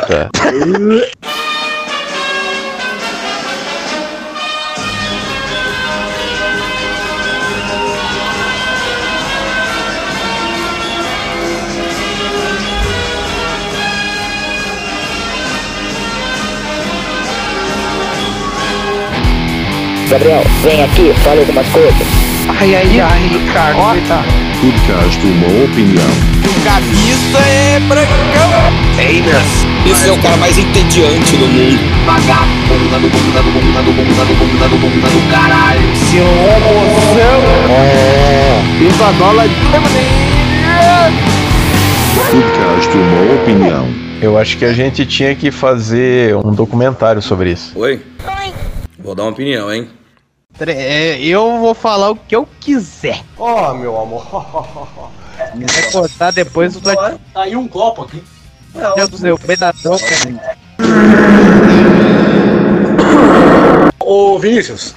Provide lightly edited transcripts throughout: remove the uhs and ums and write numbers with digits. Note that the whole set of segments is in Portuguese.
Eita! Gabriel, vem aqui, fala algumas coisas. Ai, Ricardo, coitado. Podcast Uma Opinião. Camisa é brancão. Einas. Esse é o cara mais entediante do mundo. Vagabunda do caralho. Seu homozão. Viva a bola de... Podcast Uma Opinião. Eu acho que a gente tinha que fazer um documentário sobre isso. Oi? Vou dar uma opinião, hein? Eu vou falar o que eu quiser. Ó, meu amor. Se quiser cortar depois, Tá aí um copo aqui. Deus do céu, pedação, cara. Ô, Vinícius.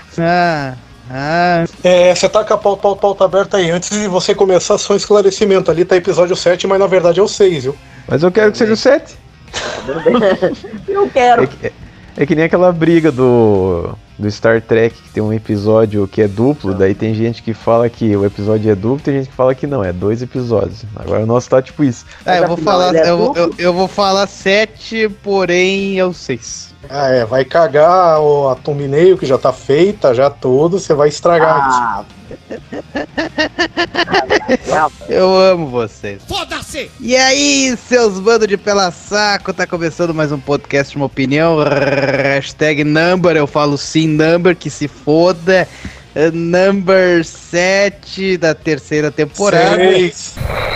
Você tá com a pauta aberta aí. Antes de você começar, só um esclarecimento. Ali tá episódio 7, mas na verdade é o 6, viu? Mas eu quero que seja o 7. Eu quero. É que nem aquela briga do Star Trek, que tem um episódio que é duplo, daí tem gente que fala que o episódio é duplo, tem gente que fala que não, é 2 episódios. Agora o nosso tá tipo isso. Eu vou falar 7, porém é o 6. Vai cagar a thumbnail que já tá feita, já tudo, você vai estragar. Eu amo vocês. Foda-se! E aí, seus bandos de pela saco, tá começando mais um podcast, uma opinião, hashtag number, eu falo sim number, que se foda, number 7 da terceira temporada. 6.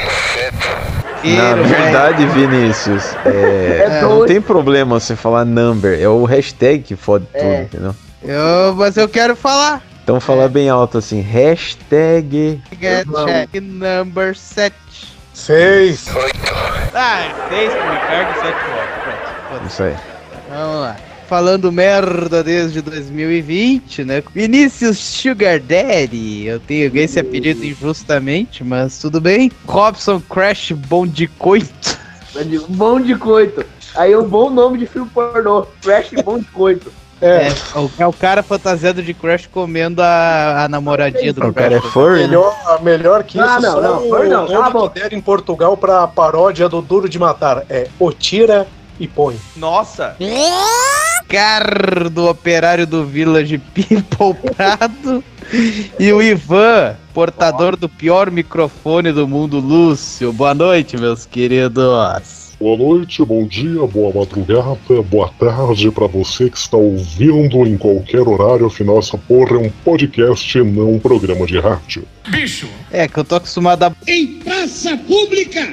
Na verdade, Vinícius, não tem problema você falar number, é o hashtag que fode tudo, entendeu? Mas eu quero falar. Então fala bem alto assim, hashtag number 7. 6. 6 pro Ricardo, 7 pro Pronto. Isso aí. Vamos lá. Falando merda desde 2020, né? Vinícius Sugar Daddy. Eu ganhei esse apelido injustamente, mas tudo bem. Robson Crash Bom de Coito. Bom de coito. Aí um bom nome de filme pornô. Crash Bom de Coito. É o cara fantasiado de Crash comendo a namoradinha do O cara é Crash. furry, né? Melhor que isso, não, o que deram em Portugal pra paródia do Duro de Matar. É o tira e põe. Nossa! Ricardo, operário do Village People Prado. E o Ivan, portador do pior microfone do mundo, Lúcio. Boa noite, meus queridos. Boa noite, bom dia, boa madrugada, boa tarde pra você que está ouvindo em qualquer horário, afinal essa porra é um podcast, não um programa de rádio. Bicho! Que eu tô acostumado a... Em praça pública!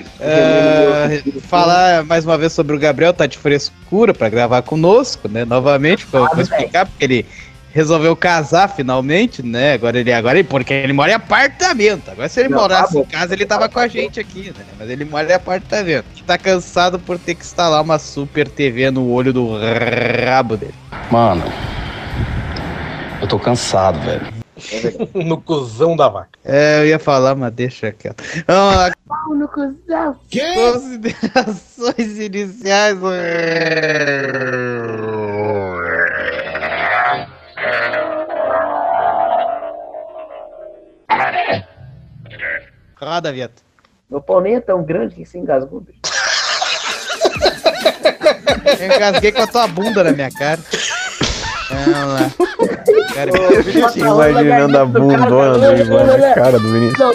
Falar mais uma vez sobre o Gabriel, tá de frescura pra gravar conosco, né? Novamente, pra explicar, porque ele resolveu casar finalmente, né? Porque ele mora em apartamento. Agora, se ele morasse em casa, ele tava com a gente aqui, né? Mas ele mora em apartamento. Tá cansado por ter que instalar uma super TV no olho do rabo dele. Mano, eu tô cansado, velho. No cuzão da vaca. Eu ia falar, mas deixa quieto. Vamos lá. Pau no cuzão. Considerações iniciais. Roda, Vieta. Meu pau nem é tão grande que se engasgou, bicho. Eu engasguei com a tua bunda na minha cara. Vamos lá. Cara, imaginando a bundona do Ivan na cara do Vinícius.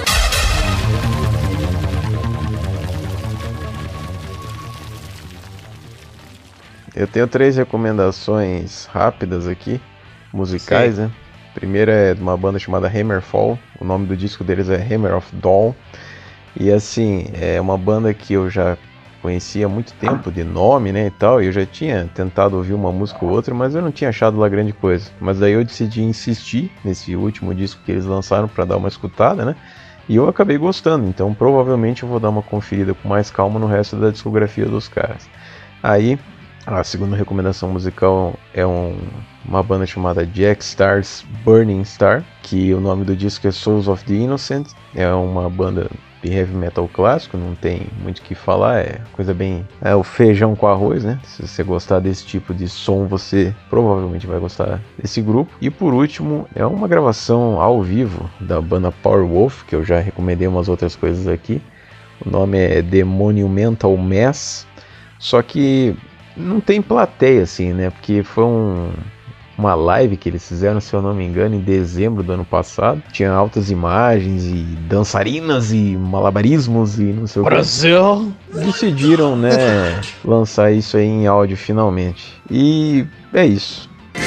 Eu tenho 3 recomendações rápidas aqui, musicais, né? A primeira é de uma banda chamada Hammerfall, o nome do disco deles é Hammer of Dawn. E assim, é uma banda que eu já conhecia há muito tempo de nome, né, e tal, e eu já tinha tentado ouvir uma música ou outra, mas eu não tinha achado lá grande coisa. Mas daí eu decidi insistir nesse último disco que eles lançaram para dar uma escutada, né, e eu acabei gostando, então provavelmente eu vou dar uma conferida com mais calma no resto da discografia dos caras. Aí, a segunda recomendação musical é uma banda chamada Jack Star's Burning Star, que o nome do disco é Souls of the Innocent, é uma banda de heavy metal clássico, não tem muito o que falar, é coisa bem... É o feijão com arroz, né? Se você gostar desse tipo de som, você provavelmente vai gostar desse grupo. E por último, é uma gravação ao vivo da banda Powerwolf, que eu já recomendei umas outras coisas aqui. O nome é The Monumental Mass, só que não tem plateia assim, né? Porque foi uma live que eles fizeram, se eu não me engano, em dezembro do ano passado. Tinha altas imagens e dançarinas e malabarismos e não sei o que. Brasil! Decidiram, né, lançar isso aí em áudio finalmente. E é isso.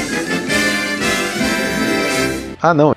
Ah, não.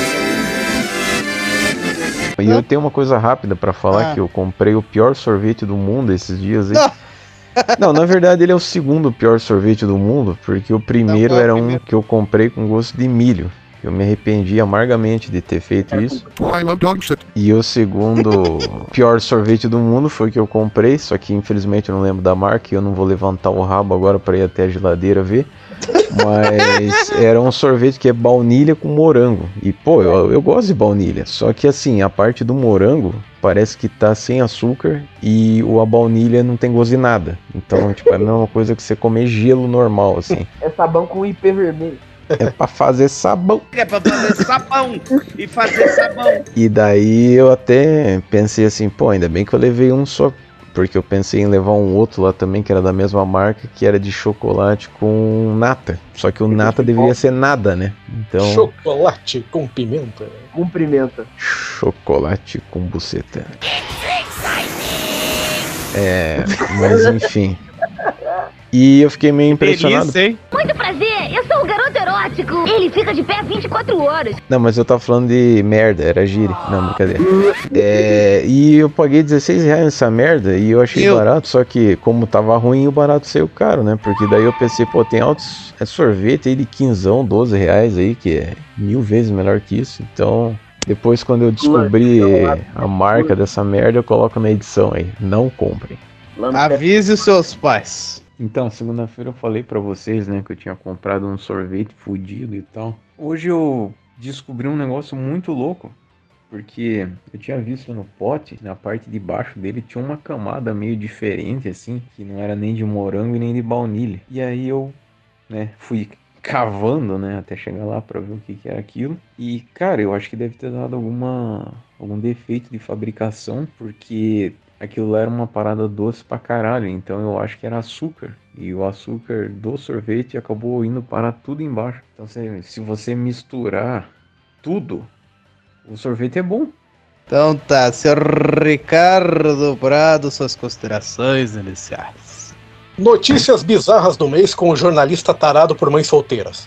E eu tenho uma coisa rápida pra falar, que eu comprei o pior sorvete do mundo esses dias aí. Não, na verdade ele é o segundo pior sorvete do mundo, porque o primeiro era um que eu comprei com gosto de milho. Eu me arrependi amargamente de ter feito isso. E o segundo pior sorvete do mundo foi o que eu comprei, só que infelizmente eu não lembro da marca e eu não vou levantar o rabo agora para ir até a geladeira ver. Mas era um sorvete que é baunilha com morango. E pô, eu gosto de baunilha, só que assim, a parte do morango parece que tá sem açúcar e a baunilha não tem gosto de nada. Então, tipo, é a mesma coisa que você comer gelo normal, assim. É sabão com IP vermelho. É pra fazer sabão. É pra fazer sabão e fazer sabão. E daí eu até pensei assim, pô, ainda bem que eu levei um só. Porque eu pensei em levar um outro lá também, que era da mesma marca, que era de chocolate com nata. Só que o nata deveria ser nada, né? Então... Chocolate com pimenta. Cumprimenta. Chocolate com buceta. Mas enfim. E eu fiquei meio impressionado. Delícia, hein? Muito prazer, eu sou o garoto erótico. Ele fica de pé 24 horas. Não, mas eu tava falando de merda, era gíria. Não, brincadeira. E eu paguei R$16 nessa merda e eu achei barato, só que como tava ruim, o barato saiu caro, né? Porque daí eu pensei, pô, tem altos sorvete aí de R$15, R$12 aí, que é 1000 vezes melhor que isso. Então, depois quando eu descobri a marca dessa merda, eu coloco na edição aí. Não comprem. Avise os seus pais. Então, segunda-feira eu falei pra vocês, né, que eu tinha comprado um sorvete fudido e tal. Hoje eu descobri um negócio muito louco, porque eu tinha visto no pote, na parte de baixo dele tinha uma camada meio diferente assim, que não era nem de morango e nem de baunilha. E aí eu, né, fui cavando, né, até chegar lá pra ver o que era aquilo. E, cara, eu acho que deve ter dado algum defeito de fabricação, porque aquilo lá era uma parada doce pra caralho, então eu acho que era açúcar. E o açúcar do sorvete acabou indo parar tudo embaixo. Então se você misturar tudo, o sorvete é bom. Então tá, seu Ricardo Prado, suas considerações iniciais. Notícias bizarras do mês com o jornalista tarado por mães solteiras.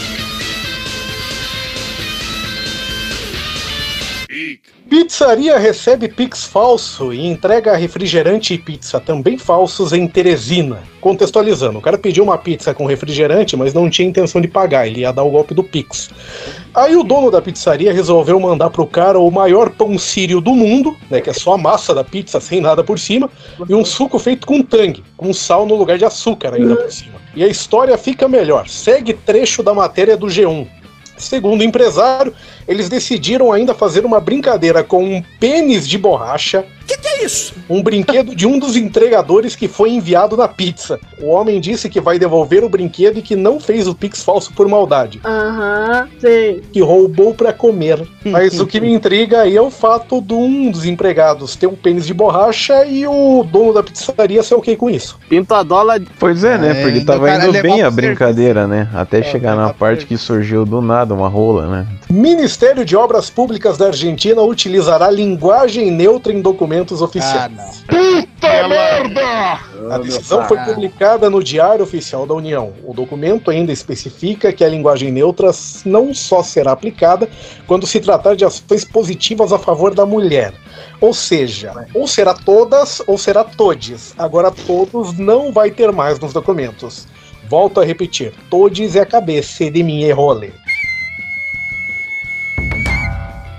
Pizzaria recebe Pix falso e entrega refrigerante e pizza também falsos em Teresina. Contextualizando, o cara pediu uma pizza com refrigerante, mas não tinha intenção de pagar, ele ia dar o golpe do Pix. Aí o dono da pizzaria resolveu mandar pro cara o maior pão sírio do mundo, né, que é só a massa da pizza sem nada por cima, e um suco feito com tangue, com sal no lugar de açúcar ainda por cima. E a história fica melhor, segue trecho da matéria do G1. Segundo o empresário, eles decidiram ainda fazer uma brincadeira com um pênis de borracha. Que é isso? Um brinquedo de um dos entregadores que foi enviado na pizza. O homem disse que vai devolver o brinquedo e que não fez o Pix falso por maldade. Sei. Que roubou pra comer. Mas o que me intriga aí é o fato de um dos empregados ter um pênis de borracha e o dono da pizzaria ser ok com isso. Pintadola. Pois é, né? Porque tava indo bem a brincadeira, né? Até chegar na parte que surgiu do nada uma rola, né? Ministério de Obras Públicas da Argentina utilizará linguagem neutra em documentos oficiais. Puta merda! A decisão foi publicada no Diário Oficial da União. O documento ainda especifica que a linguagem neutra não só será aplicada quando se tratar de ações positivas a favor da mulher. Ou seja, ou será todas ou será todes. Agora todos não vai ter mais nos documentos. Volto a repetir, todes é a cabeça de minha role.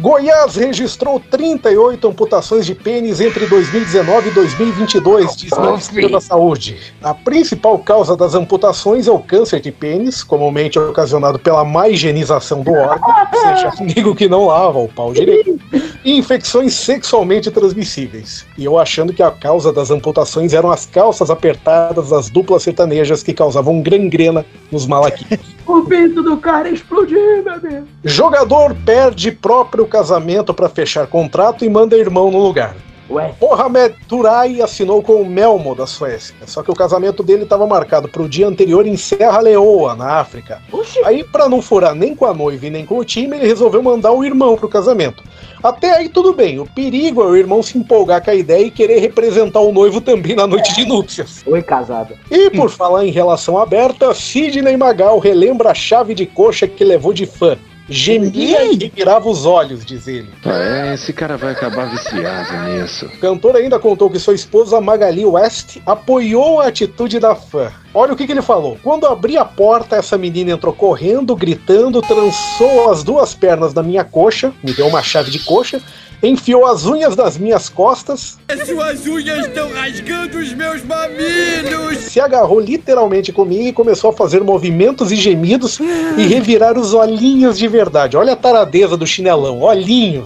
Goiás registrou 38 amputações de pênis entre 2019 e 2022, diz o Ministério da Saúde. A principal causa das amputações é o câncer de pênis, comumente ocasionado pela má higienização do órgão, ou seja, amigo que não lava o pau direito, e infecções sexualmente transmissíveis. E eu achando que a causa das amputações eram as calças apertadas das duplas sertanejas que causavam gangrena nos malaquias. O pinto do cara explodiu, bebê. Jogador perde próprio casamento para fechar contrato e manda irmão no lugar. Ué? Mohamed Turay assinou com o Melmo da Suécia, só que o casamento dele estava marcado para o dia anterior em Serra Leoa, na África. Oxi. Aí, para não furar nem com a noiva e nem com o time, ele resolveu mandar o irmão pro casamento. Até aí tudo bem, o perigo é o irmão se empolgar com a ideia e querer representar o noivo também na noite de núpcias. Oi, casado. E por falar em relação aberta, Sidney Magal relembra a chave de coxa que levou de fã. Gemia e revirava os olhos, diz ele. Esse cara vai acabar viciado nisso. O cantor ainda contou que sua esposa Magali West apoiou a atitude da fã. Olha o que ele falou. Quando abri a porta, essa menina entrou correndo, gritando, trançou as duas pernas da minha coxa, me deu uma chave de coxa, enfiou as unhas das minhas costas. Suas unhas estão rasgando os meus mamilos. Se agarrou literalmente comigo e começou a fazer movimentos e gemidos e revirar os olhinhos de verdade. Olha a taradeza do chinelão, olhinhos.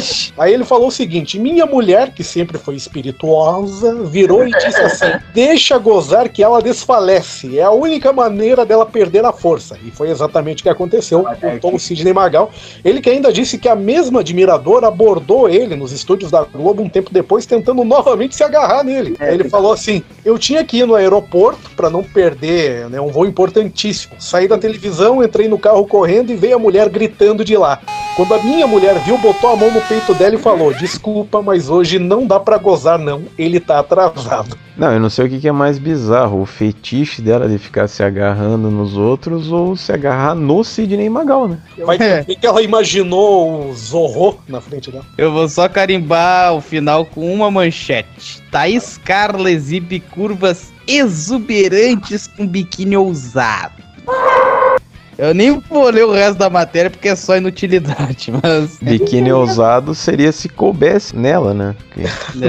Aí ele falou o seguinte: minha mulher, que sempre foi espirituosa, virou e disse assim: deixa gozar que ela desfalece. É a única maneira dela perder a força. E foi exatamente o que aconteceu com o Sidney Magal. Ele que ainda disse que a mesma admiradora abordou ele nos estúdios da Globo um tempo depois, tentando novamente se agarrar nele. Ele falou assim: eu tinha que ir no aeroporto para não perder, né, um voo importantíssimo. Saí da televisão, entrei no carro correndo e veio a mulher gritando de lá. Quando a minha mulher viu, botou a mão no peito dela e falou: desculpa, mas hoje não dá pra gozar não, ele tá atrasado. Não, eu não sei o que é mais bizarro, o fetiche dela de ficar se agarrando nos outros ou se agarrar no Sidney Magal, né? Mas o que ela imaginou o Zorro na frente dela? Eu vou só carimbar o final com uma manchete. Thaís Carla exibe curvas exuberantes com biquíni ousado. Eu nem vou ler o resto da matéria porque é só inutilidade, mas... Biquíni ousado seria se coubesse nela, né? Porque...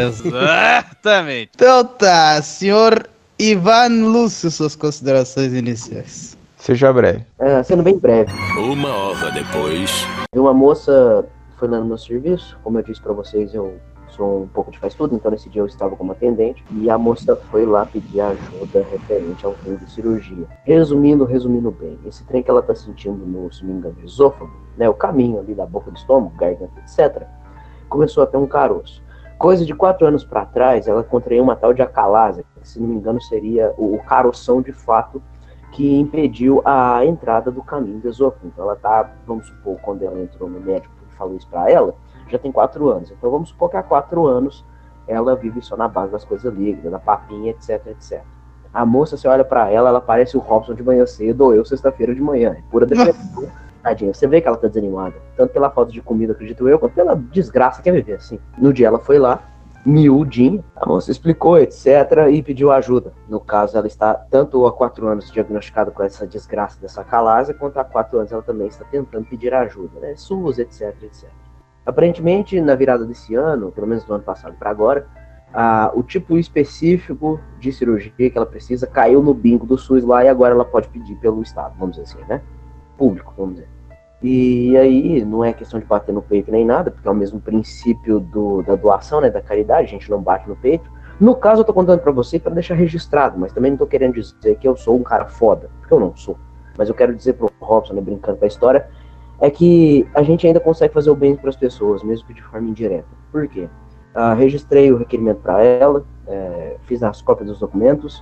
Exatamente. Então tá, senhor Ivan Lúcio, suas considerações iniciais. Seja breve. Sendo bem breve. Uma hora depois. Uma moça foi lá no meu serviço, como eu disse pra vocês, eu sou um pouco de faz tudo, então nesse dia eu estava como atendente, e a moça foi lá pedir ajuda referente ao trem de cirurgia. Resumindo bem, esse trem que ela tá sentindo no, se não me engano, esôfago, né, o caminho ali da boca do estômago, garganta, etc., começou a ter um caroço. Coisa de 4 anos para trás, ela contraiu uma tal de acalase, que se não me engano seria o caroção de fato que impediu a entrada do caminho do esôfago. Então ela tá, vamos supor, quando ela entrou no médico e falou isso para ela, já tem 4 anos. Então vamos supor que há 4 anos ela vive só na base das coisas líquidas, da papinha, etc, etc. A moça, você olha pra ela, ela parece o Robson de manhã cedo ou eu sexta-feira de manhã. É pura depressão. Tadinha, você vê que ela tá desanimada. Tanto pela falta de comida, acredito eu, quanto pela desgraça que é viver assim. No dia ela foi lá, miudinha, a moça explicou, etc, e pediu ajuda. No caso, ela está tanto há 4 anos diagnosticada com essa desgraça dessa calase, quanto há 4 anos ela também está tentando pedir ajuda, né? SUS, etc, etc. Aparentemente, na virada desse ano, pelo menos do ano passado para agora, o tipo específico de cirurgia que ela precisa caiu no bingo do SUS lá e agora ela pode pedir pelo Estado, vamos dizer assim, né? Público, vamos dizer. E aí, não é questão de bater no peito nem nada, porque é o mesmo princípio da doação, né, da caridade, a gente não bate no peito. No caso, eu tô contando pra você para deixar registrado, mas também não tô querendo dizer que eu sou um cara foda, porque eu não sou. Mas eu quero dizer pro Robson, né, brincando com a história, é que a gente ainda consegue fazer o bem para as pessoas, mesmo que de forma indireta. Por quê? Registrei o requerimento para ela, fiz as cópias dos documentos,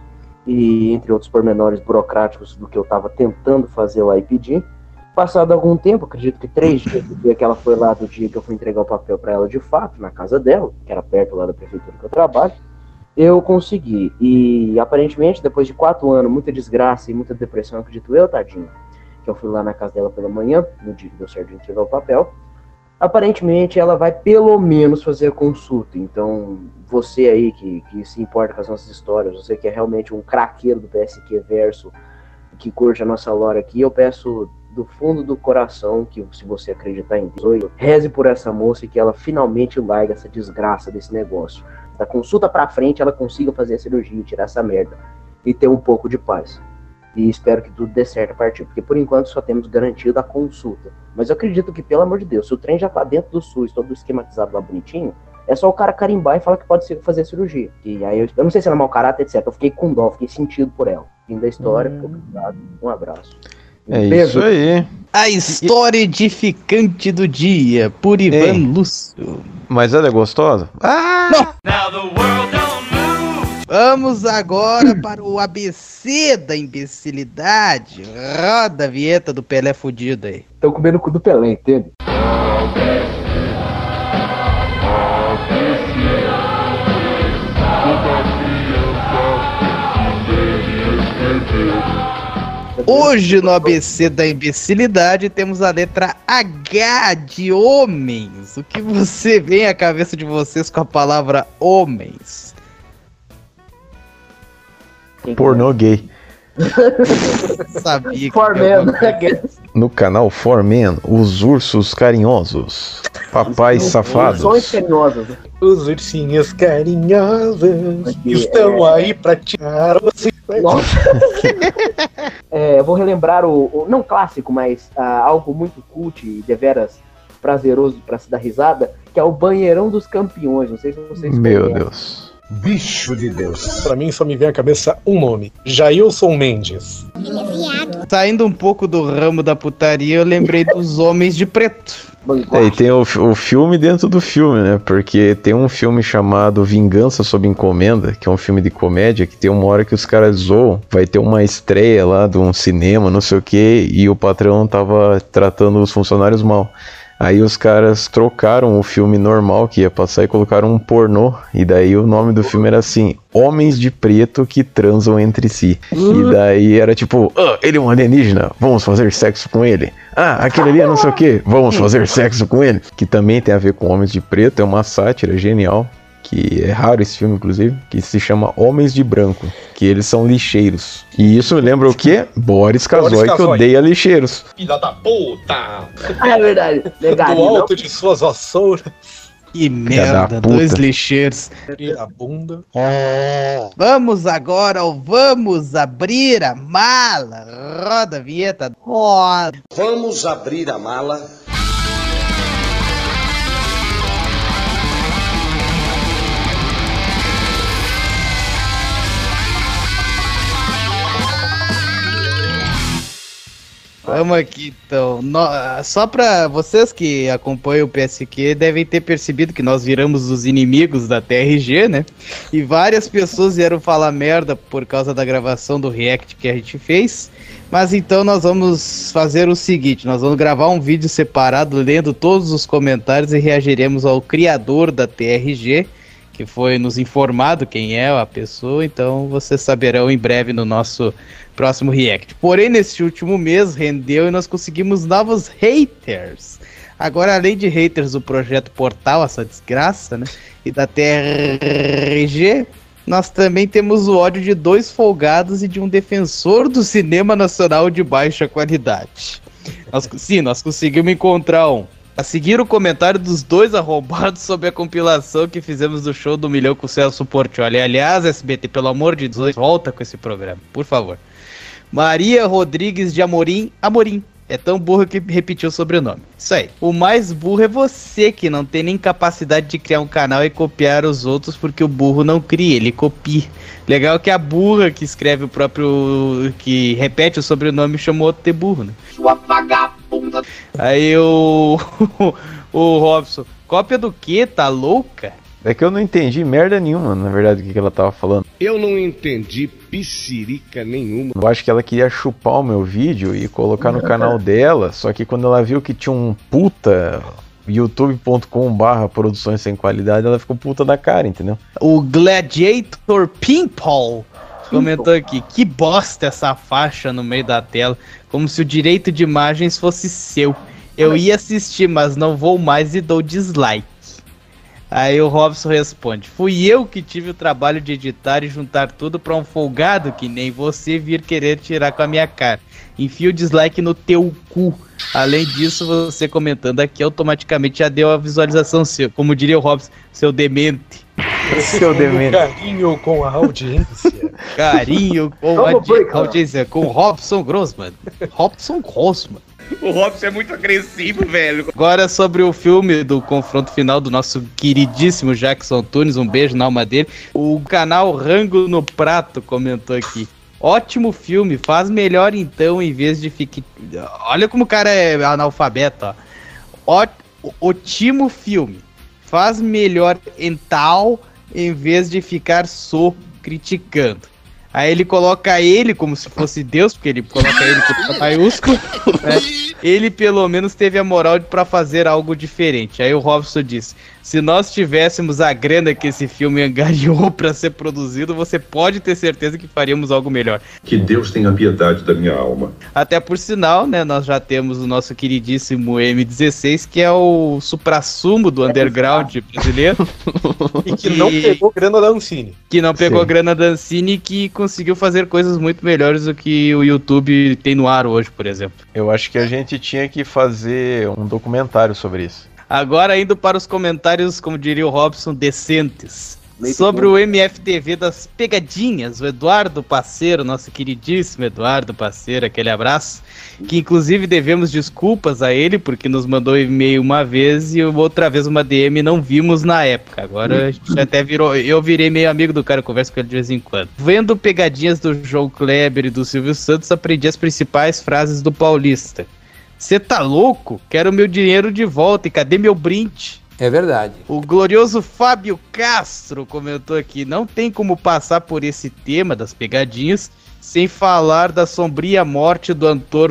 e entre outros pormenores burocráticos do que eu estava tentando fazer lá e pedir. Passado algum tempo, acredito que 3 dias do dia que ela foi lá, do dia que eu fui entregar o papel para ela de fato, na casa dela, que era perto lá da prefeitura que eu trabalho, eu consegui. E aparentemente, depois de 4 anos, muita desgraça e muita depressão, acredito eu, tadinho, que eu fui lá na casa dela pela manhã, no dia que deu certo de entregar o papel, aparentemente ela vai pelo menos fazer a consulta. Então, você aí que se importa com as nossas histórias, você que é realmente um craqueiro do PSQ Verso, que curte a nossa lore aqui, eu peço do fundo do coração que, se você acreditar em Deus, reze por essa moça e que ela finalmente largue essa desgraça desse negócio. Da consulta pra frente, ela consiga fazer a cirurgia, tirar essa merda e ter um pouco de paz. E espero que tudo dê certo a partir, porque por enquanto só temos garantido a consulta. Mas eu acredito que, pelo amor de Deus, se o trem já tá dentro do SUS, todo esquematizado lá bonitinho, é só o cara carimbar e falar que pode fazer cirurgia. E aí eu não sei se ela é mau caráter, etc. Eu fiquei com dó, fiquei sentido por ela. Fim da história, obrigado, um abraço. Isso aí. A história edificante do dia, por Ivan Lúcio. Mas ela é gostosa? Não! Vamos agora para o ABC da imbecilidade. Roda a vinheta do Pelé fudido aí. Estão comendo o cu do Pelé, entende? Hoje no ABC da imbecilidade temos a letra H de homens. O que você vem à cabeça de vocês com a palavra homens? Pornô gay. Sabia que Formen. No canal Formen, os ursos carinhosos. Papais safados. Os carinhosos. Os ursinhos carinhosos estão aí pra tirar você. Nossa. Eu vou relembrar o não clássico, mas algo muito cult e deveras prazeroso pra se dar risada, que é o Banheirão dos Campeões. Não sei se vocês Meu conhecem. Deus. Bicho de Deus. Pra mim só me vem à cabeça um nome: Jailson Mendes. Saindo um pouco do ramo da putaria, eu lembrei dos Homens de Preto. E tem o filme dentro do filme, né? Porque tem um filme chamado Vingança Sob Encomenda, que é um filme de comédia, que tem uma hora que os caras zoam. Vai ter uma estreia lá de um cinema, não sei o que, e o patrão tava tratando os funcionários mal. Aí os caras trocaram o filme normal que ia passar e colocaram um pornô. E daí o nome do filme era assim: Homens de Preto que transam entre si. E daí era tipo, ele é um alienígena, vamos fazer sexo com ele. Aquele ali é não sei o que, vamos fazer sexo com ele. Que também tem a ver com Homens de Preto, é uma sátira genial. Que é raro esse filme, inclusive, que se chama Homens de Branco, que eles são lixeiros. E isso lembra o quê? Boris Casoy, que odeia lixeiros. Filha da puta! É verdade. Legal, Do alto de suas vassouras. Que merda, dois lixeiros. Bunda. Vamos agora ao Vamos Abrir a Mala. Roda a vinheta. Roda. Vamos abrir a mala. Vamos aqui então. Só pra vocês que acompanham o PSQ devem ter percebido que nós viramos os inimigos da TRG, né? E várias pessoas vieram falar merda por causa da gravação do react que a gente fez. Mas então nós vamos fazer o seguinte: nós vamos gravar um vídeo separado lendo todos os comentários e reagiremos ao criador da TRG, que foi nos informado quem é a pessoa. Então vocês saberão em breve no nosso próximo react. Porém, nesse último mês rendeu e nós conseguimos novos haters. Agora, além de haters do Projeto Portal, essa desgraça, né, e da TRG, nós também temos o ódio de 2 folgados e de um defensor do cinema nacional de baixa qualidade. Nós conseguimos encontrar um. A seguir o comentário dos 2 arrombados sobre a compilação que fizemos do show do Milhão com o Celso Portiolli. Aliás, SBT, pelo amor de Deus, volta com esse programa, por favor. Maria Rodrigues de Amorim. É tão burro que repetiu o sobrenome. Isso aí. O mais burro é você, que não tem nem capacidade de criar um canal e copiar os outros, porque o burro não cria, ele copia. Legal que a burra que escreve o próprio... que repete o sobrenome chamou outro de burro, né? Sua vagabunda. Aí o Robson, cópia do quê? Tá louca? É que eu não entendi merda nenhuma, na verdade, o que ela tava falando. Eu não entendi piscirica nenhuma. Eu acho que ela queria chupar o meu vídeo e colocar no canal dela, só que quando ela viu que tinha um puta youtube.com/produções sem qualidade, ela ficou puta da cara, entendeu? O Gladiator Pimpol comentou aqui: que bosta essa faixa no meio da tela, como se o direito de imagens fosse seu. Eu ia assistir, mas não vou mais e dou dislike. Aí o Robson responde: fui eu que tive o trabalho de editar e juntar tudo pra um folgado que nem você vir querer tirar com a minha cara. Enfia o dislike no teu cu. Além disso, você comentando aqui automaticamente já deu a visualização seu. Como diria o Robson, seu demente. Seu demente. Carinho com a audiência. Carinho com a audiência. Com Robson Grossman. Robson Grossman. O Robson é muito agressivo, velho. Agora sobre o filme do confronto final do nosso queridíssimo Jackson Tunes, um beijo na alma dele. O canal Rango no Prato comentou aqui: ótimo filme, faz melhor então em vez de ficar... Olha como o cara é analfabeto, ó. Ótimo filme, faz melhor então em vez de ficar só criticando. Aí ele coloca ele como se fosse Deus, porque ele coloca ele com maiúsculo, né? Ele pelo menos teve a moral pra fazer algo diferente. Aí o Robson disse: se nós tivéssemos a grana que esse filme angariou pra ser produzido, você pode ter certeza que faríamos algo melhor. Que Deus tenha piedade da minha alma. Até por sinal, né, nós já temos o nosso queridíssimo M16, que é o suprassumo do underground brasileiro. E que não pegou grana da Ancine. Que não pegou grana da Ancine e que conseguiu fazer coisas muito melhores do que o YouTube tem no ar hoje, por exemplo. Eu acho que a gente tinha que fazer um documentário sobre isso. Agora indo para os comentários, como diria o Robson, decentes. Sobre o MFTV das pegadinhas, o Eduardo Parceiro, nosso queridíssimo Eduardo Parceiro, aquele abraço, que inclusive devemos desculpas a ele, porque nos mandou e-mail uma vez e outra vez uma DM não vimos na época. Agora a gente até virou, eu virei meio amigo do cara, converso com ele de vez em quando. Vendo pegadinhas do João Kleber e do Silvio Santos, aprendi as principais frases do Paulista. Cê tá louco? Quero meu dinheiro de volta e cadê meu brinde? É verdade. O glorioso Fábio Castro comentou aqui: não tem como passar por esse tema das pegadinhas sem falar da sombria morte do Antor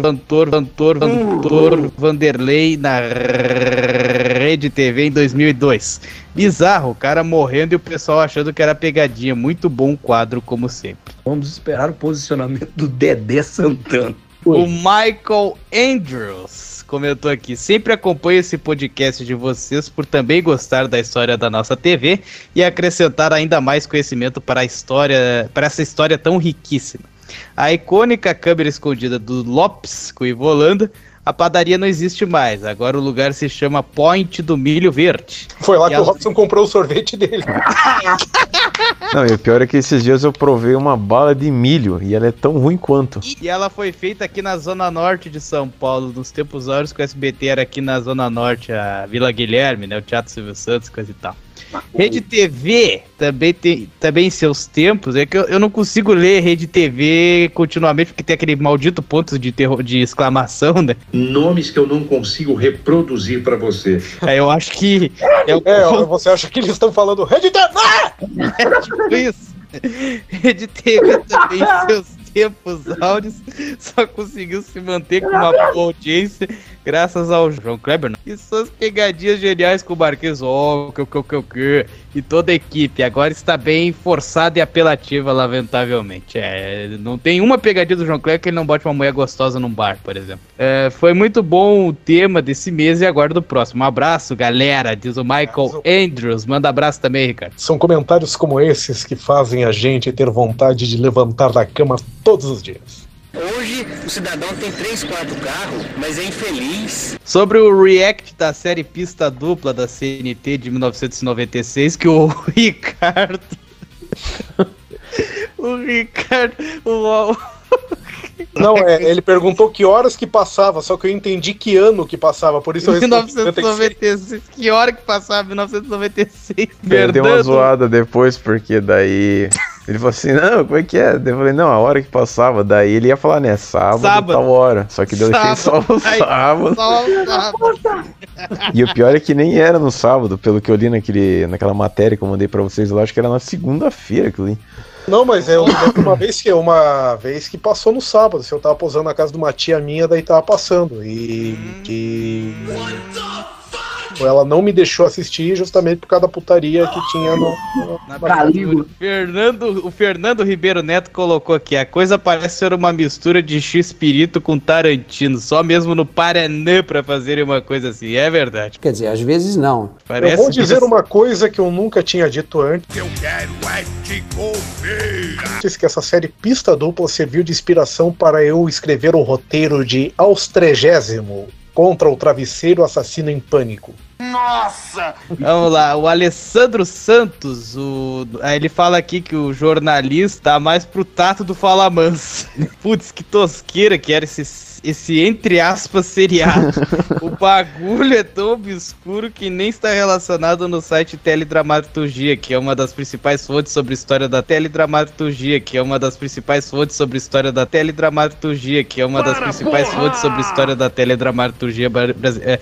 Vanderlei na Rede TV em 2002. Bizarro, o cara morrendo e o pessoal achando que era pegadinha. Muito bom quadro, como sempre. Vamos esperar o posicionamento do Dedé Santana. O Michael Andrews comentou aqui: sempre acompanho esse podcast de vocês por também gostar da história da nossa TV e acrescentar ainda mais conhecimento para a história, para essa história tão riquíssima. A icônica câmera escondida do Lopes com Ivo Holanda. A padaria não existe mais, agora o lugar se chama Point do Milho Verde. Foi lá que o Robson comprou o sorvete dele. Não, e o pior é que esses dias eu provei uma bala de milho e ela é tão ruim quanto. E ela foi feita aqui na Zona Norte de São Paulo, nos tempos áureos que o SBT era aqui na Zona Norte, a Vila Guilherme, né, o Teatro Silvio Santos, coisa e tal. Rede TV também tem também seus tempos. É que eu não consigo ler Rede TV continuamente porque tem aquele maldito ponto de exclamação, né? Nomes que eu não consigo reproduzir pra você. Eu acho que você acha que eles estão falando Rede TV? É tipo isso. Rede TV também seus tempos áureos só conseguiu se manter com uma boa audiência graças ao João Kleber, não? E suas pegadinhas geniais com o Marquês e toda a equipe. Agora está bem forçada e apelativa, lamentavelmente. Não tem uma pegadinha do João Kleber que ele não bote uma mulher gostosa num bar, por exemplo. Foi muito bom o tema desse mês e aguardo o próximo. Um abraço, galera, diz o Michael Andrews. Manda abraço também, Ricardo. São comentários como esses que fazem a gente ter vontade de levantar da cama todos os dias. Hoje o cidadão tem 3, 4 carros, mas é infeliz. Sobre o react da série Pista Dupla da CNT de 1996, que o Ricardo... Não, ele perguntou que horas que passava, só que eu entendi que ano que passava, por isso eu respondi 1996. Que hora que passava? 1996. Deu uma zoada depois, porque daí... Ele falou assim, não, como é que é? Daí eu falei, não, a hora que passava, daí ele ia falar, né, sábado. Tal hora. Só que eu deixei só o sábado. Só o sábado. E o pior é que nem era no sábado, pelo que eu li naquela matéria que eu mandei pra vocês lá, acho que era na segunda-feira que eu li. Não, mas uma vez que passou no sábado, se eu tava posando na casa de uma tia minha, daí tava passando. ela não me deixou assistir justamente por causa da putaria que tinha O Fernando Ribeiro Neto colocou aqui: a coisa parece ser uma mistura de X-Pirito com Tarantino, só mesmo no Paraná pra fazerem uma coisa assim. É verdade. Quer dizer, às vezes não. Eu vou dizer uma coisa que eu nunca tinha dito antes. Eu quero é te comer. Diz que essa série Pista Dupla serviu de inspiração para eu escrever o roteiro de Aos 30º, Contra o Travesseiro Assassino em Pânico. Nossa! Vamos lá, o Alessandro Santos, ele fala aqui que o jornalista tá mais pro tato do Fala Mansa. Putz, que tosqueira que era esse entre aspas seriado. O bagulho é tão obscuro que nem está relacionado no site Teledramaturgia, que é uma das principais fontes sobre história da Teledramaturgia, que é uma das principais fontes sobre história da Teledramaturgia, que é uma das principais fontes sobre história da Teledramaturgia brasileira.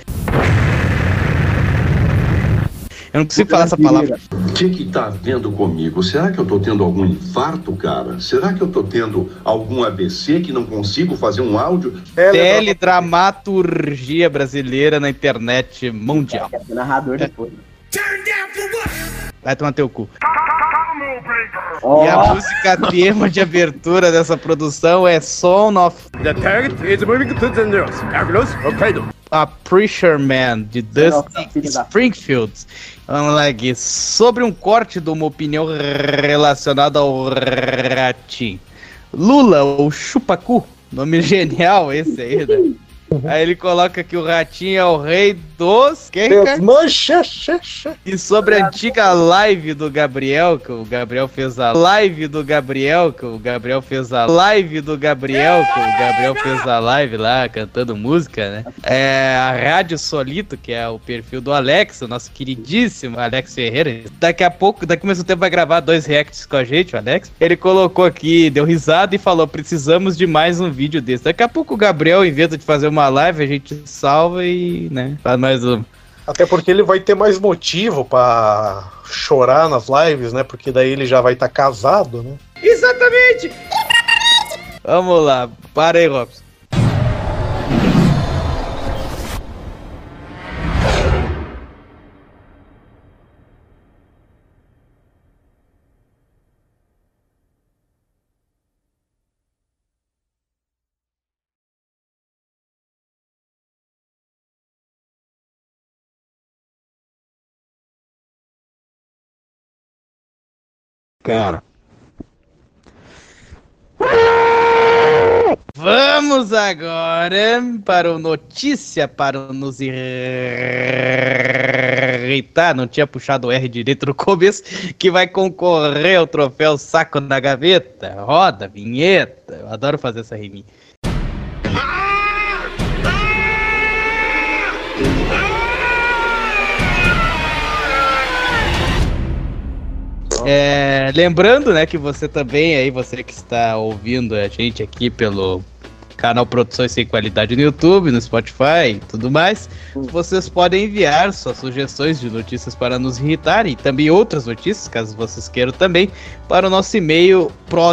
Eu não consigo falar essa palavra. O que tá vendo comigo? Será que eu tô tendo algum infarto, cara? Será que eu tô tendo algum AVC que não consigo fazer um áudio? Teledramaturgia brasileira na internet mundial. Narrador depois. Vai tomar teu cu. E a música tema de abertura dessa produção é Son of The target is moving to the north. Agros, Hokkaido. A Preacher Man, de Dusty Springfield. Vamos lá aqui. Sobre um corte de uma opinião relacionada ao Ratinho. Lula, ou Chupacu. Nome genial esse aí, né? Aí ele coloca que o Ratinho é o rei dos... E sobre a antiga live do Gabriel, que o Gabriel fez a live do Gabriel, que o Gabriel fez a live do Gabriel, que o Gabriel fez a live lá, cantando música, né? É a Rádio Solito, que é o perfil do Alex, o nosso queridíssimo Alex Ferreira. Daqui a pouco, daqui a mesmo tempo vai gravar 2 reacts com a gente, o Alex. Ele colocou aqui, deu risada e falou, precisamos de mais um vídeo desse. Daqui a pouco o Gabriel inventa de fazer uma live, a gente salva e, né, faz mais um. Até porque ele vai ter mais motivo pra chorar nas lives, né? Porque daí ele já vai estar casado, né? Exatamente! Vamos lá, para aí, Robson. Cara. Vamos agora para o notícia, para nos irritar. Não tinha puxado o R direito no começo, que vai concorrer ao troféu Saco na Gaveta. Roda, vinheta. Eu adoro fazer essa riminha. Lembrando, né, que você também, aí, você que está ouvindo a gente aqui pelo canal Produções Sem Qualidade no YouTube, no Spotify e tudo mais, vocês podem enviar suas sugestões de notícias para nos irritar e também outras notícias, caso vocês queiram também, para o nosso e-mail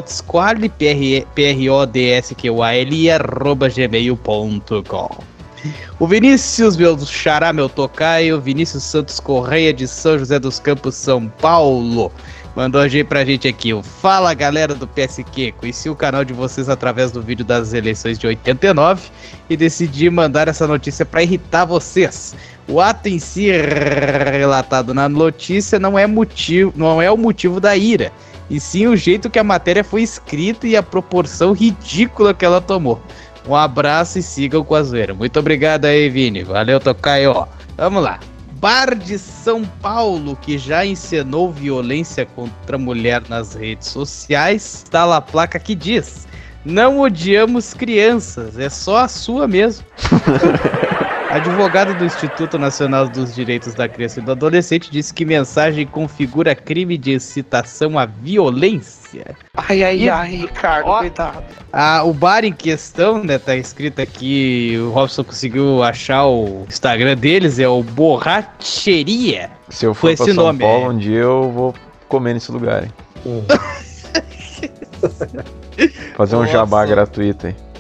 prodsqual@gmail.com. O Vinícius, meu xará, meu tocaio, Vinícius Santos Correia, de São José dos Campos, São Paulo, mandou pra gente aqui o Fala, galera do PSQ. Conheci o canal de vocês através do vídeo das eleições de 89 e decidi mandar essa notícia para irritar vocês. O ato em si relatado na notícia não é o motivo da ira, e sim o jeito que a matéria foi escrita e a proporção ridícula que ela tomou. Um abraço e sigam com a zoeira. Muito obrigado aí, Vini. Valeu, Tocaio. Vamos lá. Bar de São Paulo, que já encenou violência contra a mulher nas redes sociais, está lá a placa que diz: não odiamos crianças, é só a sua mesmo. Advogado do Instituto Nacional dos Direitos da Criança e do Adolescente disse que mensagem configura crime de incitação à violência. Ai, Ricardo, coitado. O bar em questão, né, tá escrito aqui, o Robson conseguiu achar o Instagram deles, é o Borracheria. Se eu for pra São Paulo, um dia eu vou comer nesse lugar, hein? Fazer um jabá gratuito aí.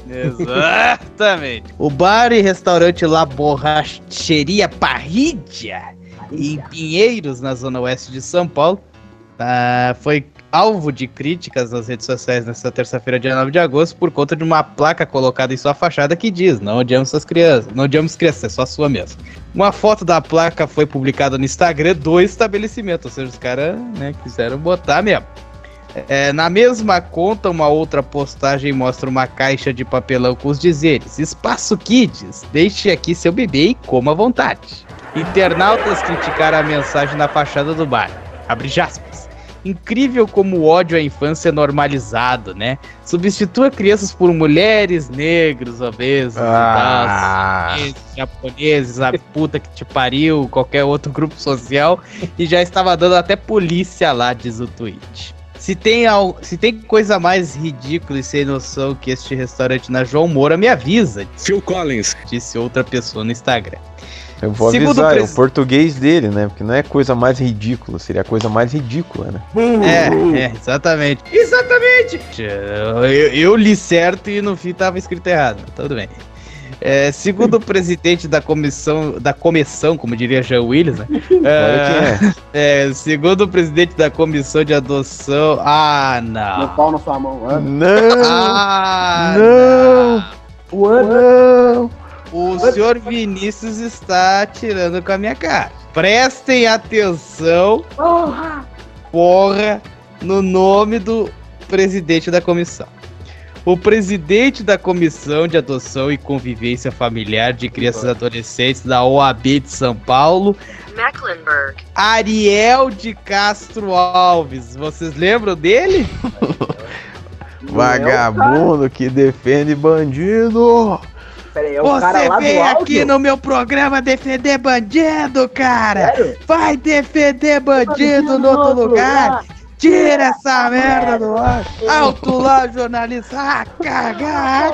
Exatamente. O bar e restaurante La Borracheria Parrilla, em Pinheiros, na zona oeste de São Paulo, foi alvo de críticas nas redes sociais nesta terça-feira, dia 9 de agosto, por conta de uma placa colocada em sua fachada que diz: não odiamos suas crianças, não odiamos crianças, é só a sua mesmo. Uma foto da placa foi publicada no Instagram do estabelecimento, ou seja, os caras, né, quiseram botar mesmo. Na mesma conta, uma outra postagem mostra uma caixa de papelão com os dizeres: Espaço Kids, deixe aqui seu bebê e coma à vontade. Internautas criticaram a mensagem na fachada do bar. Abre aspas. Incrível como o ódio à infância é normalizado, né? Substitua crianças por mulheres, negros, obesos, japoneses, a puta que te pariu, qualquer outro grupo social, e já estava dando até polícia lá, diz o tweet. Se tem coisa mais ridícula e sem noção que este restaurante na João Moura, me avisa. Phil Collins, disse outra pessoa no Instagram. Eu vou avisar, é o português dele, né? Porque não é coisa mais ridícula, seria a coisa mais ridícula, né? Exatamente. Exatamente! Eu li certo e no fim tava escrito errado, tudo bem. Segundo o presidente da comissão, como diria Jean Willis, né? Segundo o presidente da comissão de adoção... não. Meu pau na sua mão. Não! O senhor Vinícius está atirando com a minha cara. Prestem atenção, porra, no nome do presidente da comissão. O presidente da Comissão de Adoção e Convivência Familiar de Crianças e Adolescentes da OAB de São Paulo, Mecklenburg, Ariel de Castro Alves. Vocês lembram dele? Vagabundo que defende bandido. Peraí, você vem aqui no meu programa defender bandido, cara! Sério? Vai defender bandido no outro lugar! Tira essa merda do ar! Alto lá, jornalista! Cagar!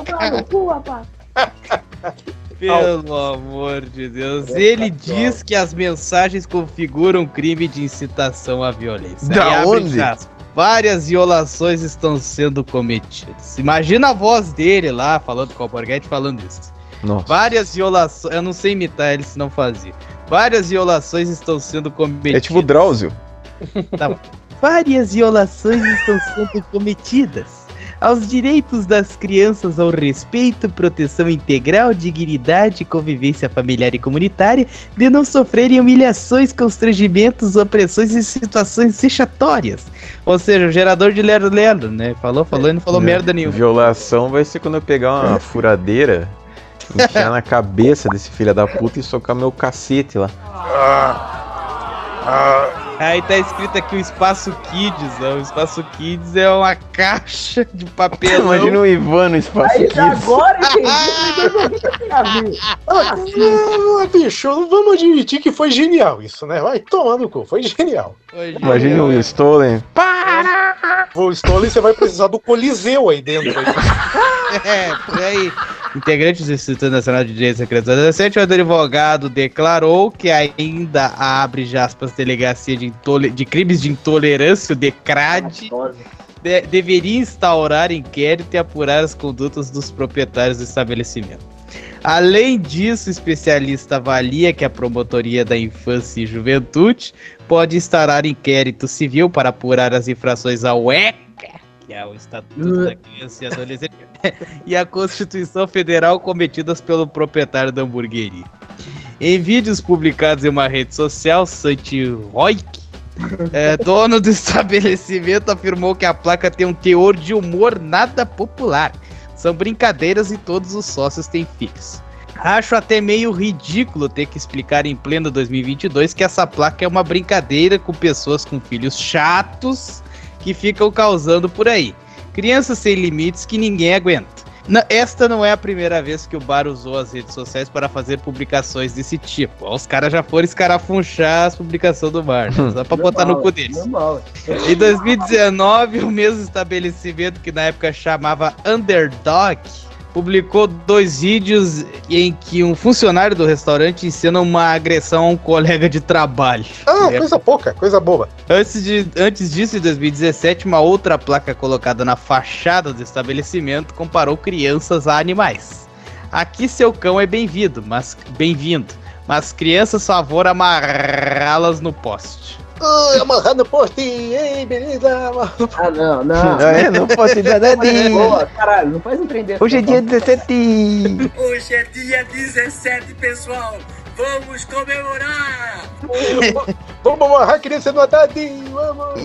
Pelo amor de Deus! Ele diz que as mensagens configuram crime de incitação à violência. Da onde? Várias violações estão sendo cometidas. Imagina a voz dele lá, falando com o Alborguete, falando isso. Nossa. Várias violações... Eu não sei imitar ele se não fazia. Várias violações estão sendo cometidas. É tipo Drauzio. Tá bom. Várias violações estão sendo cometidas aos direitos das crianças ao respeito, proteção integral, dignidade, convivência familiar e comunitária, de não sofrerem humilhações, constrangimentos, opressões e situações vexatórias. Ou seja, o gerador de lero-lero, né? Falou e não falou merda nenhuma. Violação vai ser quando eu pegar uma furadeira, enfiar na cabeça desse filho da puta e socar meu cacete lá. Aí tá escrito aqui o Espaço Kids, ó. O Espaço Kids é uma caixa de papelão. Imagina o Ivan no Espaço Kids. Agora entendi. Bicho, vamos admitir que foi genial isso, né? Vai tomar no cu, foi genial. Imagina o Stolen. O Stolen, você vai precisar do Coliseu aí dentro. Por aí. Integrantes do Instituto Nacional de Direitos da Criança e do Adolescente, o advogado declarou que ainda abre aspas delegacia de crimes de intolerância, o DECRAD, deveria instaurar inquérito e apurar as condutas dos proprietários do estabelecimento. Além disso, o especialista avalia que a Promotoria da Infância e Juventude pode instaurar inquérito civil para apurar as infrações ao ECA, que é o Estatuto da Criança e Adolescente, e a Constituição Federal cometidas pelo proprietário da hamburgueria. Em vídeos publicados em uma rede social, Santi Roik, dono do estabelecimento, afirmou que a placa tem um teor de humor nada popular. São brincadeiras e todos os sócios têm filhos. Acho até meio ridículo ter que explicar em pleno 2022 que essa placa é uma brincadeira com pessoas com filhos chatos que ficam causando por aí. Crianças sem limites que ninguém aguenta. Esta não é a primeira vez que o bar usou as redes sociais para fazer publicações desse tipo. Os caras já foram escarafunchar as publicações do bar, né? Só pra botar no cu deles. Em 2019, o mesmo estabelecimento, que na época chamava Underdog, publicou 2 vídeos em que um funcionário do restaurante ensina uma agressão a um colega de trabalho. Coisa pouca, coisa boba. Antes disso, em 2017, uma outra placa colocada na fachada do estabelecimento comparou crianças a animais. Aqui seu cão é bem-vindo, mas crianças, favor amarrá-las no poste. Amarrar no poste, ei, beleza? Não. Não posso dar Boa, caralho, não faz um trem desse. Hoje é dia 17. Hoje é dia 17, pessoal. Vamos comemorar. Vamos amarrar a criança no atadinho, vamos.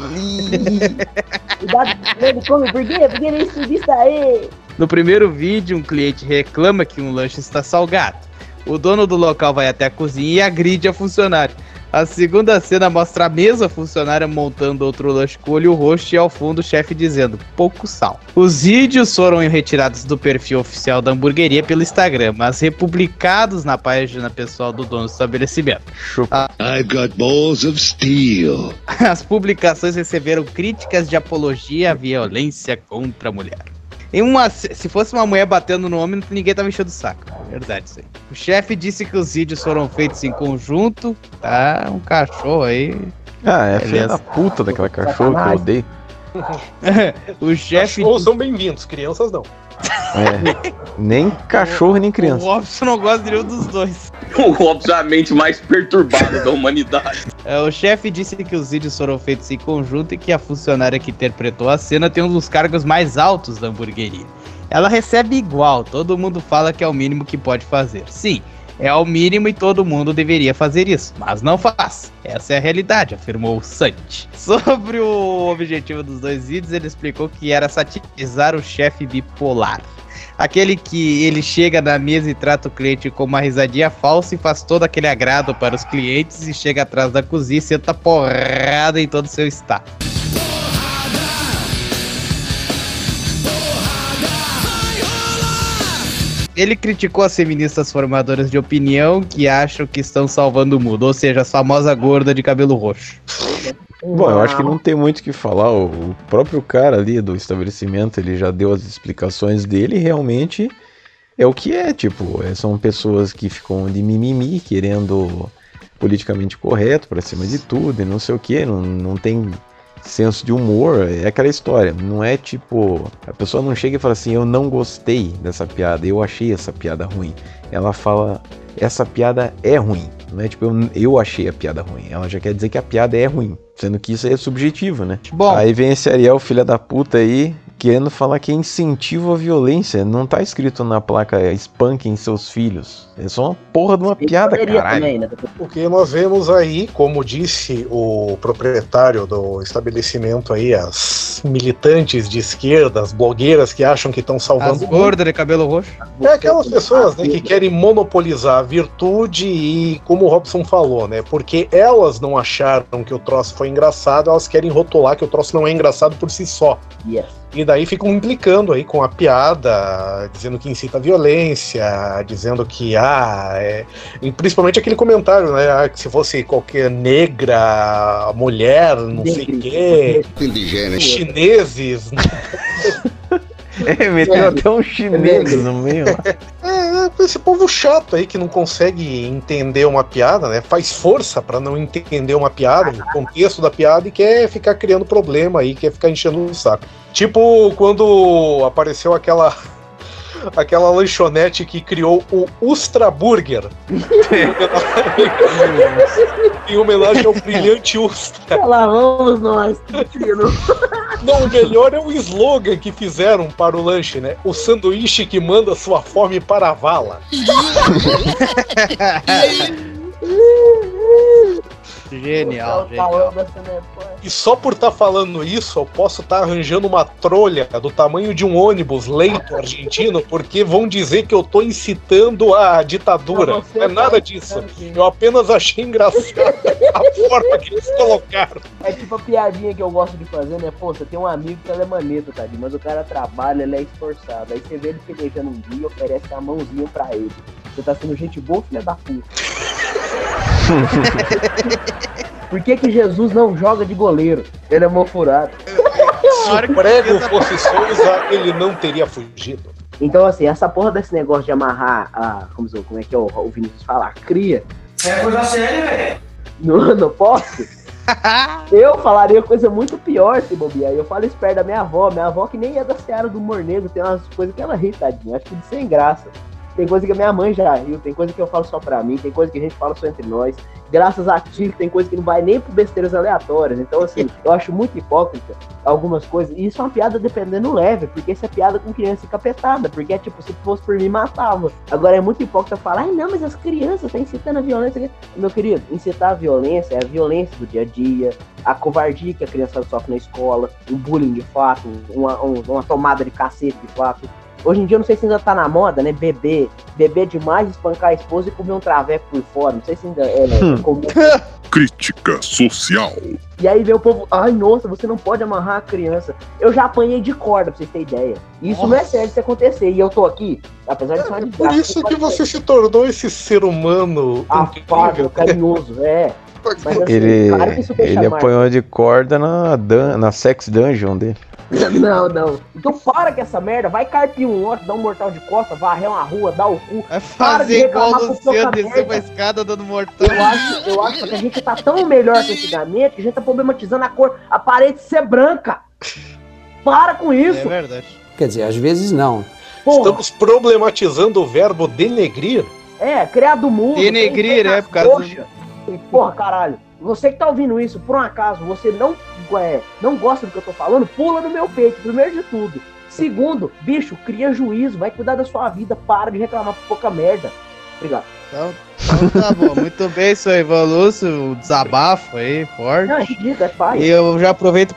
Cuidado, come, por quê? Porque ele subista aí. No primeiro vídeo, um cliente reclama que um lanche está salgado. O dono do local vai até a cozinha e agride a funcionária. A segunda cena mostra a mesma funcionária montando outro lanche com olho roxo e ao fundo o chefe dizendo pouco sal. Os vídeos foram retirados do perfil oficial da hamburgueria pelo Instagram, mas republicados na página pessoal do dono do estabelecimento. I've got balls of steel. As publicações receberam críticas de apologia à violência contra a mulher. Se fosse uma mulher batendo no homem, ninguém tava enchendo o saco. É verdade isso aí. O chefe disse que os vídeos foram feitos em conjunto. Tá, um cachorro aí. É filha da puta daquela cachorra que eu odeio. O chefe... Cachorros são bem-vindos, crianças não. Nem cachorro, nem criança. O Robson não gosta de nenhum dos dois. O Robson é a mente mais perturbada da humanidade. O chefe disse que os vídeos foram feitos em conjunto e que a funcionária que interpretou a cena tem um dos cargos mais altos da hamburgueria. Ela recebe igual, todo mundo fala que é o mínimo que pode fazer. Sim, é o mínimo e todo mundo deveria fazer isso, mas não faz. Essa é a realidade, afirmou o Santi. Sobre o objetivo dos 2 vídeos, ele explicou que era satirizar o chefe bipolar. Aquele que ele chega na mesa e trata o cliente com uma risadinha falsa e faz todo aquele agrado para os clientes e chega atrás da cozinha e senta porrada em todo o seu staff. Ele criticou as feministas formadoras de opinião que acham que estão salvando o mundo, ou seja, a famosa gorda de cabelo roxo. Bom, eu acho que não tem muito o que falar. O próprio cara ali do estabelecimento, ele já deu as explicações dele e realmente é o que é. Tipo, são pessoas que ficam de mimimi, querendo politicamente correto pra cima de tudo e não sei o que, não tem senso de humor. É aquela história, não é tipo, a pessoa não chega e fala assim, eu não gostei dessa piada, eu achei essa piada ruim. Ela fala, essa piada é ruim, não é tipo, eu achei a piada ruim. Ela já quer dizer que a piada é ruim, sendo que isso aí é subjetivo, né? Bom, aí vem esse Ariel, filha da puta aí, querendo falar que é incentivo à violência. Não tá escrito na placa espanquem seus filhos. É só uma porra de uma piada, caralho. Também, né? Porque nós vemos aí, como disse o proprietário do estabelecimento aí, as militantes de esquerda, as blogueiras que acham que estão salvando... As gordas de cabelo roxo. É aquelas pessoas, né, que querem monopolizar a virtude e, como o Robson falou, né, porque elas não acharam que o troço foi engraçado, elas querem rotular que o troço não é engraçado por si só. Yes. E daí ficam implicando aí com a piada, dizendo que incita a violência, dizendo que, e principalmente aquele comentário, né, que se fosse qualquer negra, mulher, não sei o quê, chineses... Meteu até um chinês no meio. Esse povo chato aí que não consegue entender uma piada, né? Faz força pra não entender uma piada, o contexto da piada, e quer ficar criando problema aí, quer ficar enchendo o saco. Tipo quando apareceu aquela lanchonete que criou o Ustra Burger em homenagem ao brilhante Ustra. Lá vamos nós. Não, o melhor é o slogan que fizeram para o lanche, né? O sanduíche que manda sua fome para a vala. Genial, E só por estar falando isso, eu posso estar arranjando uma trolha do tamanho de um ônibus lento argentino, porque vão dizer que eu tô incitando a ditadura. Não é nada disso. Eu apenas achei engraçado a forma que eles colocaram. É tipo a piadinha que eu gosto de fazer, né? Pô, você tem um amigo que ela é maneto, tadinho, mas o cara trabalha, ele é esforçado. Aí você vê ele pelejando um dia e oferece a mãozinha pra ele. Você tá sendo gente boa, filha da puta. Por que Jesus não joga de goleiro? Ele é mão furado. Se o prego fosse Souza, ele não teria fugido. Então, assim, essa porra desse negócio de amarrar como é que é o Vinícius fala? A cria. É coisa séria, velho. No poste. Eu falaria coisa muito pior se bobear. Eu falo isso perto da minha avó que nem é da seara do humor negro, tem umas coisas que ela ri, tadinha, acho que de sem graça. Tem coisa que a minha mãe já riu, tem coisa que eu falo só pra mim, tem coisa que a gente fala só entre nós. Graças a ti, tem coisa que não vai nem por besteiras aleatórias. Então, assim, eu acho muito hipócrita algumas coisas. E isso é uma piada dependendo leve, porque isso é piada com criança encapetada. Porque, tipo, se fosse por mim, matava. Agora, é muito hipócrita falar, não, mas as crianças estão incitando a violência. Meu querido, incitar a violência é a violência do dia a dia, a covardia que a criança sofre na escola, um bullying de fato, uma tomada de cacete de fato. Hoje em dia, eu não sei se ainda tá na moda, né? Beber demais, espancar a esposa e comer um traveco por fora. Não sei se ainda é comum. Crítica social. E aí vê o povo, ai, nossa, você não pode amarrar a criança. Eu já apanhei de corda, pra vocês terem ideia. Isso não é sério de acontecer. E eu tô aqui, apesar de ser uma desgraça. Por isso que você se tornou esse ser humano afável, carinhoso, Mas, assim, ele apanhou de corda na sex dungeon dele. Não. Então para com essa merda. Vai carpir um lote, dar um mortal de costa, varrer uma rua, dar o cu. Vai fazer igual o Luciano, descer uma escada dando mortal. Eu acho que a gente tá tão melhor que antigamente que a gente tá problematizando a parede ser branca. Para com isso. É verdade. Quer dizer, às vezes não. Porra. Estamos problematizando o verbo denegrir? Criado mundo. Denegrir, por causa do... Porra, caralho. Você que tá ouvindo isso, por um acaso, você não gosta do que eu tô falando, pula no meu peito, primeiro de tudo. Segundo, bicho, cria juízo, vai cuidar da sua vida, para de reclamar por pouca merda. Obrigado. Então tá bom, muito bem isso aí, Valúcio, o desabafo aí, forte. Não, é ridículo, é pai. E eu já aproveito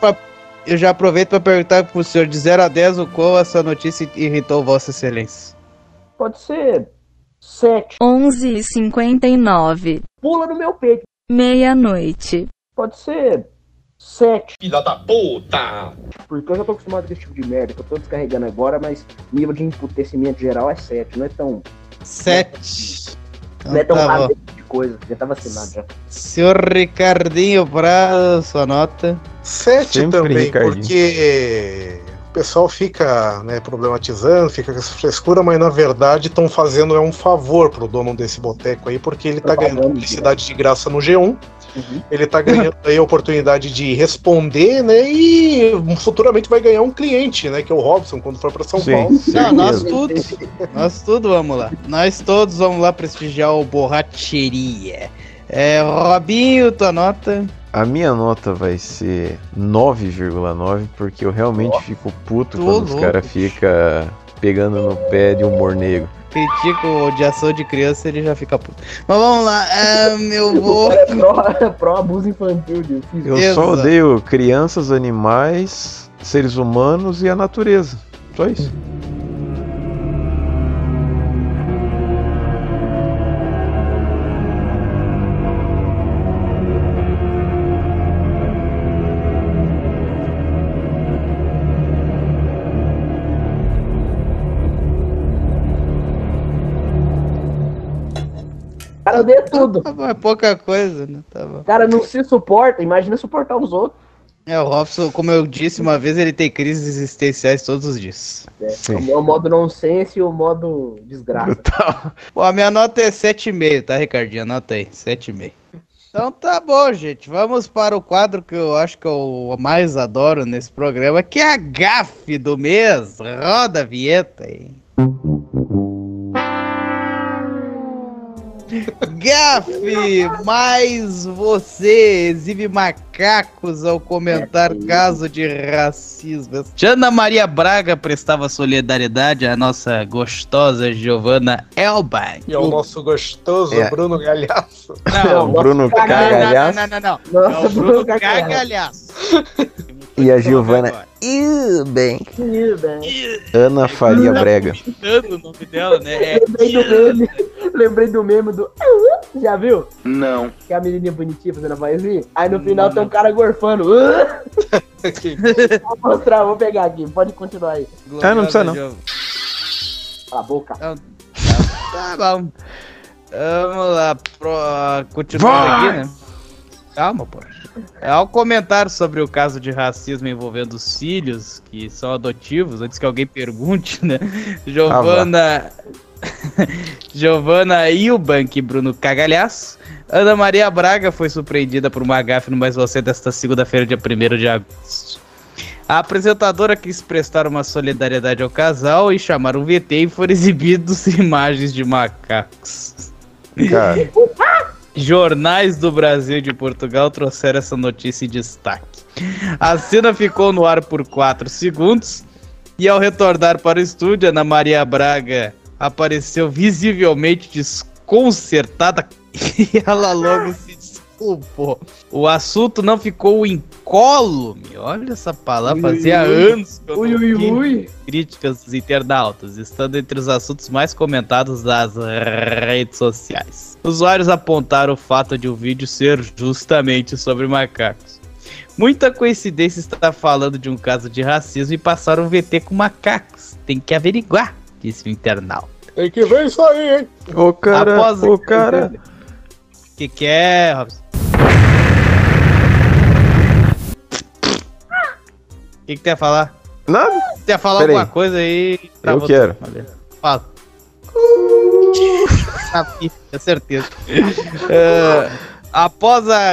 pra perguntar pro senhor de 0 a 10 o qual essa notícia irritou Vossa Excelência. Pode ser 7. 11h59. Pula no meu peito. Meia-noite. Pode ser 7. Filha da puta! Porque eu já tô acostumado com esse tipo de merda que eu tô descarregando agora, mas nível de emputecimento geral é 7. Não é tão... 7. Não é tão raro esse tipo de coisa. Já tá vacinado já. Senhor Ricardinho Prado, sua nota? 7 Sempre também, Ricardinho. Porque o pessoal fica problematizando, fica com essa frescura, mas na verdade estão fazendo um favor pro dono desse boteco aí, porque ele tá ganhando publicidade de graça no G1. Ele tá ganhando aí a oportunidade de responder, né? E futuramente vai ganhar um cliente, né? Que é o Robson, quando for pra São Paulo. Não, nós tudo vamos lá. Nós todos vamos lá prestigiar o Borracheria. Robinho, tua nota? A minha nota vai ser 9,9, porque eu realmente fico puto quando os caras ficam pegando no pé de humor negro. Critico odiação de criança, ele já fica puto. Mas vamos lá, meu vô... Pro abuso infantil disso. Eu só odeio crianças, animais, seres humanos e a natureza. Só isso. Cara, odeia tudo. É pouca coisa, né? Tá bom. Cara, não se suporta, imagina suportar os outros. O Robson, como eu disse uma vez, ele tem crises existenciais todos os dias. O modo nonsense e o modo desgraça. Bom, a minha nota é 7,5, tá, Ricardinho? Anota aí, 7,5. Então tá bom, gente. Vamos para o quadro que eu acho que eu mais adoro nesse programa, que é a gafe do mês. Roda a vinheta aí. Gafe, mas você exibe macacos ao comentar caso de racismo. Ana Maria Braga prestava solidariedade à nossa gostosa Giovanna Elbach. E ao nosso gostoso Bruno Galhaço. Não, Bruno Cagalhaço. Não. É o Bruno Cagalhaço. E a Giovanna Eubank. Ana Faria Brega. O nome dela, né? Lembrei do meme do... Já viu? Não. Que é a menininha bonitinha fazendo a vozinha. Aí no final tem um cara gorfando. Vou mostrar, vou pegar aqui. Pode continuar aí. Não precisa não. Cala a boca. Tá bom. Vamos lá. Continuando aqui, né? Calma, pô. Ao comentar sobre o caso de racismo envolvendo os filhos, que são adotivos, antes que alguém pergunte, né? Giovana Ilbank e Bruno Cagalhaço. Ana Maria Braga foi surpreendida por uma gafe no Mais Você desta segunda-feira, dia 1º de agosto. A apresentadora quis prestar uma solidariedade ao casal e chamar um VT e foram exibidos imagens de macacos. Cara. Jornais do Brasil e de Portugal trouxeram essa notícia em destaque. A cena ficou no ar por 4 segundos e ao retornar para o estúdio, Ana Maria Braga apareceu visivelmente desconcertada e ela logo se desculpou. O assunto não ficou incólume. Olha essa palavra, fazia anos que eu não vi críticas dos internautas, estando entre os assuntos mais comentados das redes sociais. Usuários apontaram o fato de o vídeo ser justamente sobre macacos. Muita coincidência estar falando de um caso de racismo e passaram um VT com macacos. Tem que averiguar, disse o internauta. Tem que ver isso aí, hein? Ô cara, ô cara. Que é, Robson? O que tem a falar? Nada. Tem a falar alguma coisa aí? Eu quero. Fala. Tenho certeza. Após a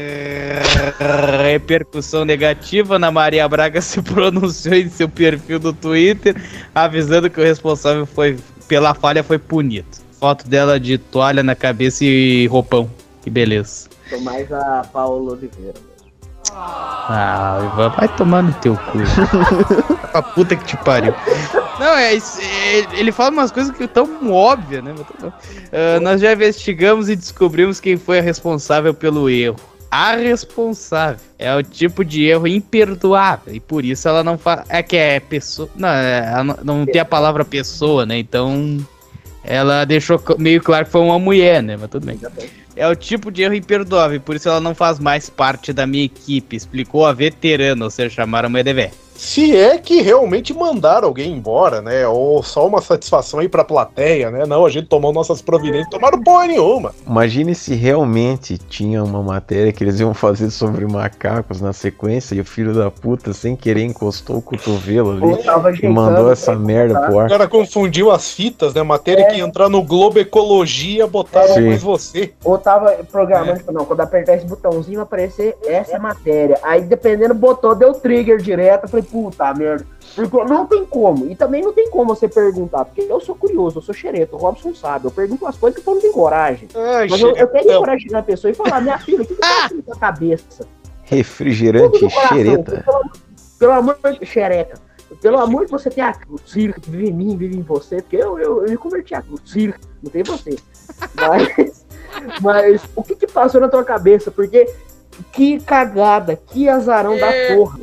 repercussão negativa, Ana Maria Braga se pronunciou em seu perfil do Twitter, avisando que o responsável pela falha foi punido. Foto dela de toalha na cabeça e roupão. Que beleza. Tô mais a Paula Oliveira mesmo. Ah, vai tomar no teu cu. A puta que te pariu. Não, ele fala umas coisas que tão óbvias, né? Nós já investigamos e descobrimos quem foi a responsável pelo erro. A responsável. É o tipo de erro imperdoável. E por isso ela não fala. É que é pessoa. Não, ela não tem a palavra pessoa, né? Então ela deixou meio claro que foi uma mulher, né? Mas tudo bem. É o tipo de erro imperdoável, por isso ela não faz mais parte da minha equipe, explicou a veterana, ou seja, chamaram uma EDV. Se é que realmente mandaram alguém embora, né? Ou só uma satisfação aí pra plateia, né? Não, a gente tomou nossas providências, tomaram porra nenhuma. Imagine se realmente tinha uma matéria que eles iam fazer sobre macacos na sequência e o filho da puta, sem querer, encostou o cotovelo ali e mandou essa merda pro ar. O cara confundiu as fitas, né? Matéria que ia entrar no Globo Ecologia, botaram mais você. Ou tava programando, tipo, não, quando apertar esse botãozinho vai aparecer essa matéria. Aí, dependendo, botou, deu trigger direto, eu falei, puta merda. Porque não tem como. E também não tem como você perguntar, porque eu sou curioso, eu sou xereta, o Robson sabe. Eu pergunto as coisas que eu não tenho coragem. Mas eu tenho coragem na pessoa e falar, minha filha, o que tá aqui na sua cabeça? Refrigerante xereta. Pelo amor de xereca. Pelo amor de você ter a circo que vive em mim, vive em você, porque eu me converti a circo, não tem você. Mas o que passou na tua cabeça? Porque que cagada, que azarão da porra.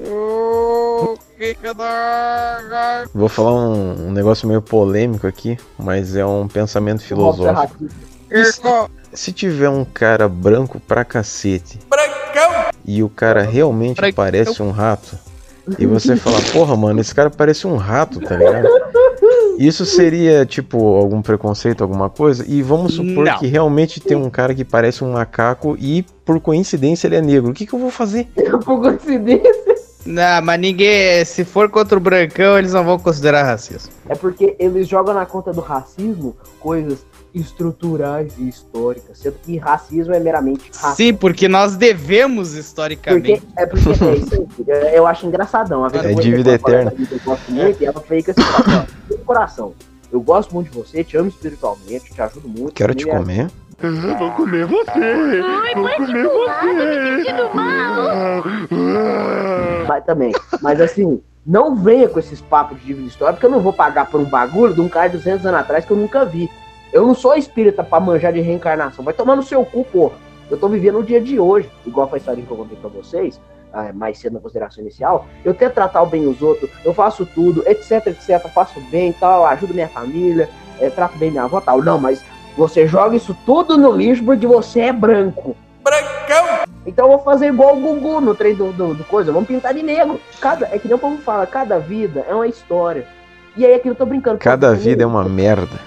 Vou falar um negócio meio polêmico aqui, mas é um pensamento filosófico. Se tiver um cara branco pra cacete, e o cara realmente parece um rato, e você fala, porra, mano, esse cara parece um rato, tá ligado? Isso seria, tipo, algum preconceito, alguma coisa? E vamos supor que realmente tem um cara que parece um macaco e, por coincidência, ele é negro. O que eu vou fazer? Por coincidência? Não, mas ninguém, se for contra o brancão, eles não vão considerar racismo. É porque eles jogam na conta do racismo coisas estruturais e históricas, sendo que racismo é meramente racismo. Sim, porque nós devemos historicamente. Porque é isso aí, eu acho engraçadão. É dívida eterna. Eu gosto muito e ela fica assim, coração. Eu gosto muito de você, te amo espiritualmente, te ajudo muito. Quero te comer. Vou comer você. Ai, vou comer você. Tô me mal. Mas também, mas assim, não venha com esses papos de dívida histórica, porque eu não vou pagar por um bagulho de um cara de 200 anos atrás que eu nunca vi. Eu não sou espírita pra manjar de reencarnação. Vai tomar no seu cu, porra. Eu tô vivendo o dia de hoje. Igual foi a história que eu contei pra vocês, mais cedo na consideração inicial. Eu tento tratar bem os outros, eu faço tudo, etc, etc. Faço bem e tal, ajudo minha família, trato bem minha avó e tal. Não, mas você joga isso tudo no lixo porque você é branco. Brancão! Então eu vou fazer igual o Gugu no trem do coisa. Vamos pintar de negro. É que nem o povo fala, cada vida é uma história. E aí aqui eu tô brincando. Cada vida é uma merda.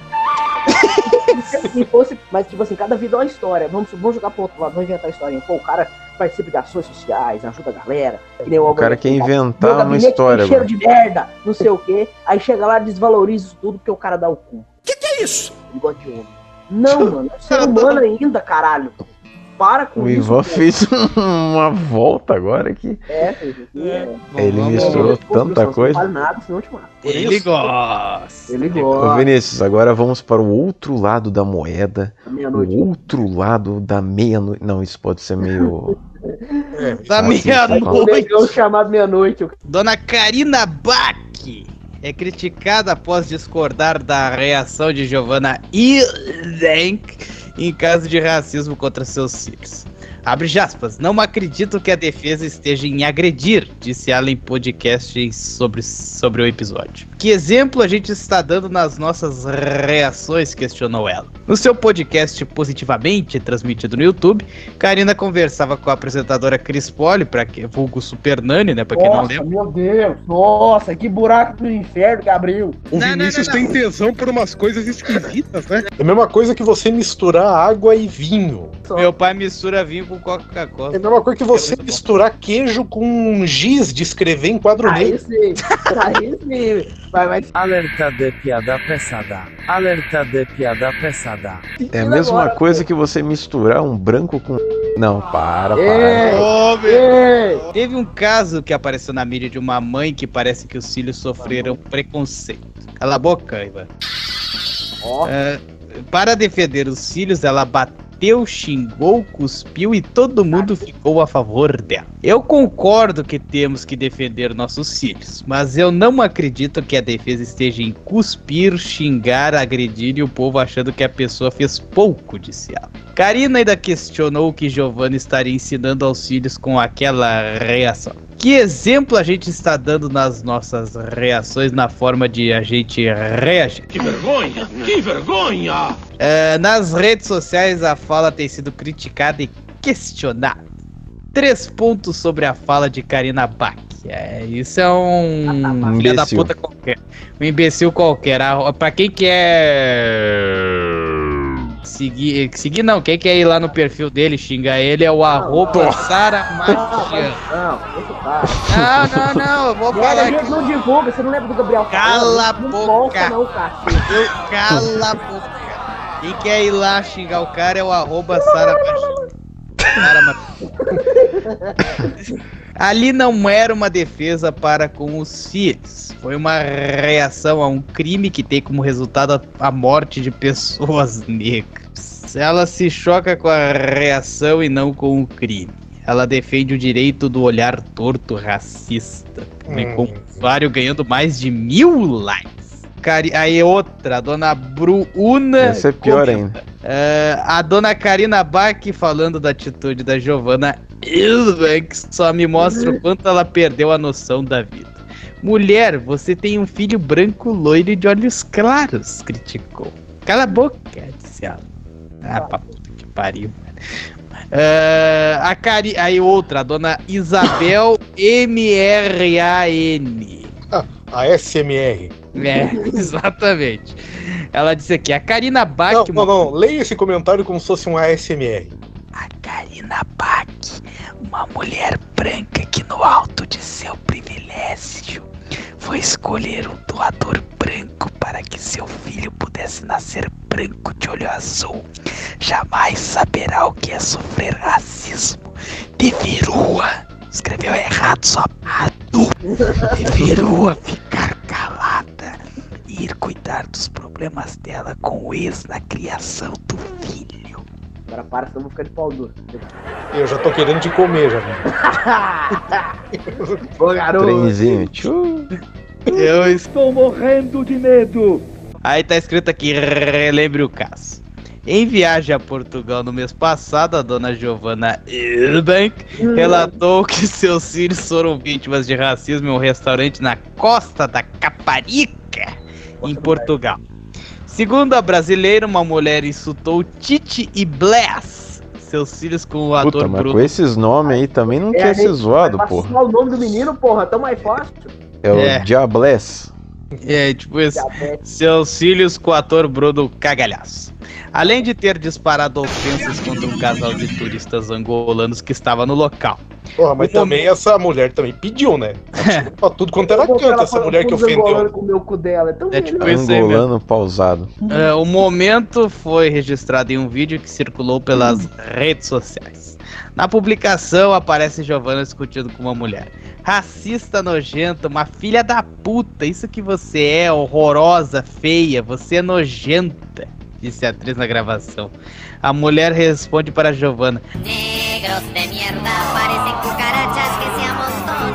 Se fosse, mas tipo assim, cada vida é uma história. Vamos jogar pro outro lado, vamos inventar a historinha. Pô, o cara participa de ações sociais, ajuda a galera. Que nem o cara quer inventar uma história. Cheiro de merda, não sei o quê. Aí chega lá e desvaloriza isso tudo porque o cara dá o cu. Que é isso? Ele gosta de homem. Não, mano, é ser humano ainda, caralho. Para com o isso. O Ivan fez uma volta agora aqui. Ele misturou tanta coisa. Não vale nada, senão eu te mato. Ele gosta. Ele gosta. Ô Vinícius, agora vamos para o outro lado da moeda. O outro lado da meia-noite. Não, isso pode ser meio... Da meia-noite. Chamado meia-noite. Dona Karina Bach é criticada após discordar da reação de Giovanna Ildenk em caso de racismo contra seus filhos. Abre aspas, não acredito que a defesa esteja em agredir, disse ela em podcast sobre o episódio. Que exemplo a gente está dando nas nossas reações, questionou ela. No seu podcast Positivamente, transmitido no YouTube, Karina conversava com a apresentadora Cris Poli, vulgo Super Nani, né, pra quem não lembra. Meu Deus, nossa, que buraco do inferno que abriu. O Vinícius tem tesão por umas coisas esquisitas, né? É a mesma coisa que você misturar água e vinho. Meu pai mistura vinho com Coca-Cola. É a mesma coisa que você misturar queijo com giz de escrever em quadro negro. Aí sim. Vai. Alerta de piada pesada. Alerta de piada pesada. É a mesma coisa que você misturar um branco com... Não, para. Teve um caso que apareceu na mídia de uma mãe que parece que os filhos sofreram preconceito. Cala a boca, Ivan. Para defender os filhos, ela bateu, xingou, cuspiu e todo mundo ficou a favor dela. Eu concordo que temos que defender nossos filhos, mas eu não acredito que a defesa esteja em cuspir, xingar, agredir e o povo achando que a pessoa fez pouco, disse ela. Karina ainda questionou o que Giovanna estaria ensinando aos filhos com aquela reação. Que exemplo a gente está dando nas nossas reações na forma de a gente reagir? Que vergonha! Que vergonha! Nas redes sociais a fala tem sido criticada e questionada. 3 pontos sobre a fala de Karina Bach. Isso é um filho da puta qualquer. Um imbecil qualquer. Pra quem quer... Seguir não, quem quer ir lá no perfil dele, xingar ele, é o @SaraMatian. Não, eu vou falar. A gente não divulga, você não lembra do Gabriel? Cala a boca. Cala a boca. Quem quer ir lá xingar o cara é o @SaraMatian. Ali não era uma defesa para com os filhos. Foi uma reação a um crime que tem como resultado a morte de pessoas negras. Ela se choca com a reação e não com o crime. Ela defende o direito do olhar torto racista. Com o usuário ganhando mais de 1000 likes. Aí outra, a dona Bruna. Essa é pior ainda. A dona Karina Bach falando da atitude da Giovanna Ildenk só me mostra o quanto ela perdeu a noção da vida. Mulher, você tem um filho branco, loiro e de olhos claros, criticou. Cala a boca, disse ela. Pra puta que pariu. Aí outra, a dona Isabel MRAN. A SMR. Exatamente. Ela disse aqui, a Karina Bach... Não, leia esse comentário como se fosse um ASMR. A Karina Bach, uma mulher branca que no alto de seu privilégio foi escolher um doador branco para que seu filho pudesse nascer branco de olho azul. Jamais saberá o que é sofrer racismo. Deverua, escreveu errado só. Deverua ficar calada e ir cuidar dos problemas dela com o ex na criação do filho. Agora para, senão eu vou ficar de pau duro. Eu já tô querendo te comer, já. Ô, garoto. Trenzinho. Eu estou morrendo de medo. Aí tá escrito aqui, relembre o caso. Em viagem a Portugal no mês passado, a dona Giovanna Ildenk relatou que seus filhos foram vítimas de racismo em um restaurante na Costa da Caparica, em Portugal. Segundo a brasileira, uma mulher insultou Titi e Bless, seus filhos, com o ator Bruno. Com esses nomes aí também não tinha ser zoado, porra. O nome do menino, porra, tão mais fácil. É o Diabless. Tipo esse. Seus filhos com o ator Bruno Cagalhaço. Além de ter disparado ofensas contra um casal de turistas angolanos que estava no local. Porra, mas também essa mulher também pediu, né? Pra tudo quanto era canto, essa mulher que ofendeu. Com o cu dela. Tipo isso aí Angolano pausado. O momento foi registrado em um vídeo que circulou pelas redes sociais. Na publicação aparece Giovanna discutindo com uma mulher. Racista, nojenta, uma filha da puta. Isso que você é, horrorosa, feia. Você é nojenta, disse a atriz na gravação. A mulher responde para Giovanna: Negros de mierda, parecem cucarachas que se amontonan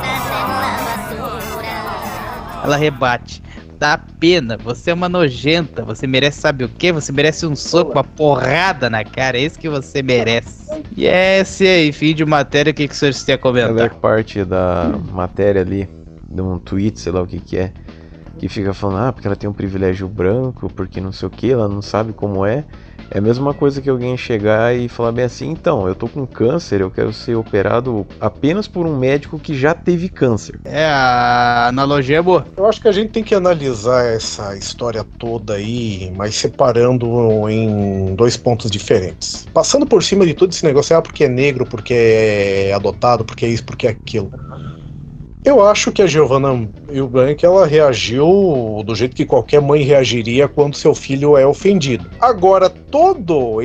na basura. Ela rebate: dá pena, você é uma nojenta. Você merece sabe o quê? Você merece um soco, uma porrada na cara. É isso que você merece. E esse aí, fim de matéria. O que o senhor tem a comentar? Ela é parte da matéria ali, de um tweet, sei lá o que é, que fica falando, porque ela tem um privilégio branco, porque não sei o que, ela não sabe como é. É a mesma coisa que alguém chegar e falar bem assim, então, eu tô com câncer, eu quero ser operado apenas por um médico que já teve câncer. A analogia é boa. Eu acho que a gente tem que analisar essa história toda aí, mas separando em dois pontos diferentes. Passando por cima de tudo esse negócio, porque é negro, porque é adotado, porque é isso, porque é aquilo. Eu acho que a Giovanna Eubank, ela reagiu do jeito que qualquer mãe reagiria quando seu filho é ofendido. Agora, todo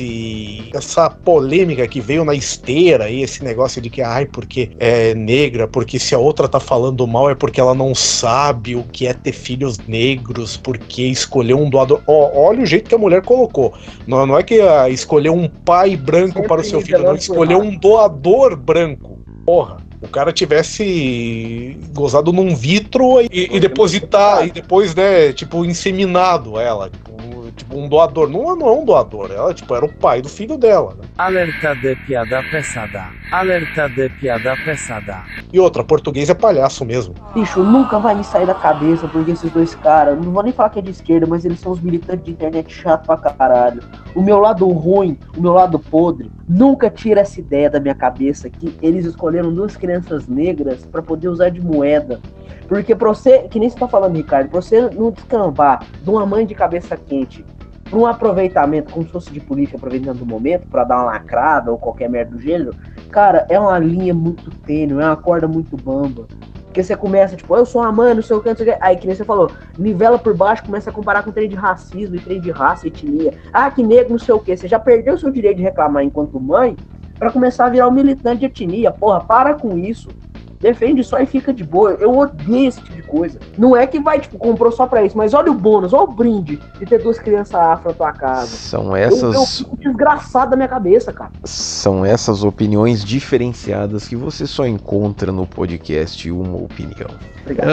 essa polêmica que veio na esteira aí, esse negócio de que, porque é negra, porque se a outra tá falando mal é porque ela não sabe o que é ter filhos negros, porque escolheu um doador. Olha o jeito que a mulher colocou. Não é que escolheu um pai branco para o seu filho, não, escolheu um doador branco. Porra. O cara tivesse gozado num vitro e depositar, e depois, né, inseminado ela, tipo um doador. Não é um doador, ela, era o pai do filho dela, né? Alerta de piada pesada. Alerta de piada pesada. E outra, português é palhaço mesmo. Bicho, nunca vai me sair da cabeça porque esses dois caras, não vou nem falar que é de esquerda, mas eles são os militantes de internet chato pra caralho. O meu lado ruim, o meu lado podre, nunca tira essa ideia da minha cabeça que eles escolheram duas crianças negras pra poder usar de moeda. Porque pra você, que nem você tá falando, Ricardo, pra você não descambar de uma mãe de cabeça quente pra um aproveitamento, como se fosse de política, aproveitando do momento, pra dar uma lacrada ou qualquer merda do gênero, cara, é uma linha muito tênue, é uma corda muito bamba. Porque você começa, eu sou uma mãe, não sei o que, não sei o que. Aí, que nem você falou, nivela por baixo, começa a comparar com trem de racismo e trem de raça, etnia. Que negro, não sei o que. Você já perdeu o seu direito de reclamar enquanto mãe pra começar a virar um militante de etnia. Porra, para com isso. Defende só e fica de boa. Eu odeio esse tipo de coisa. Não é que vai, comprou só pra isso, mas olha o bônus, olha o brinde de ter duas crianças afro na tua casa. São essas... Eu fico desgraçado da minha cabeça, cara. São essas opiniões diferenciadas que você só encontra no podcast Uma Opinião. Obrigado.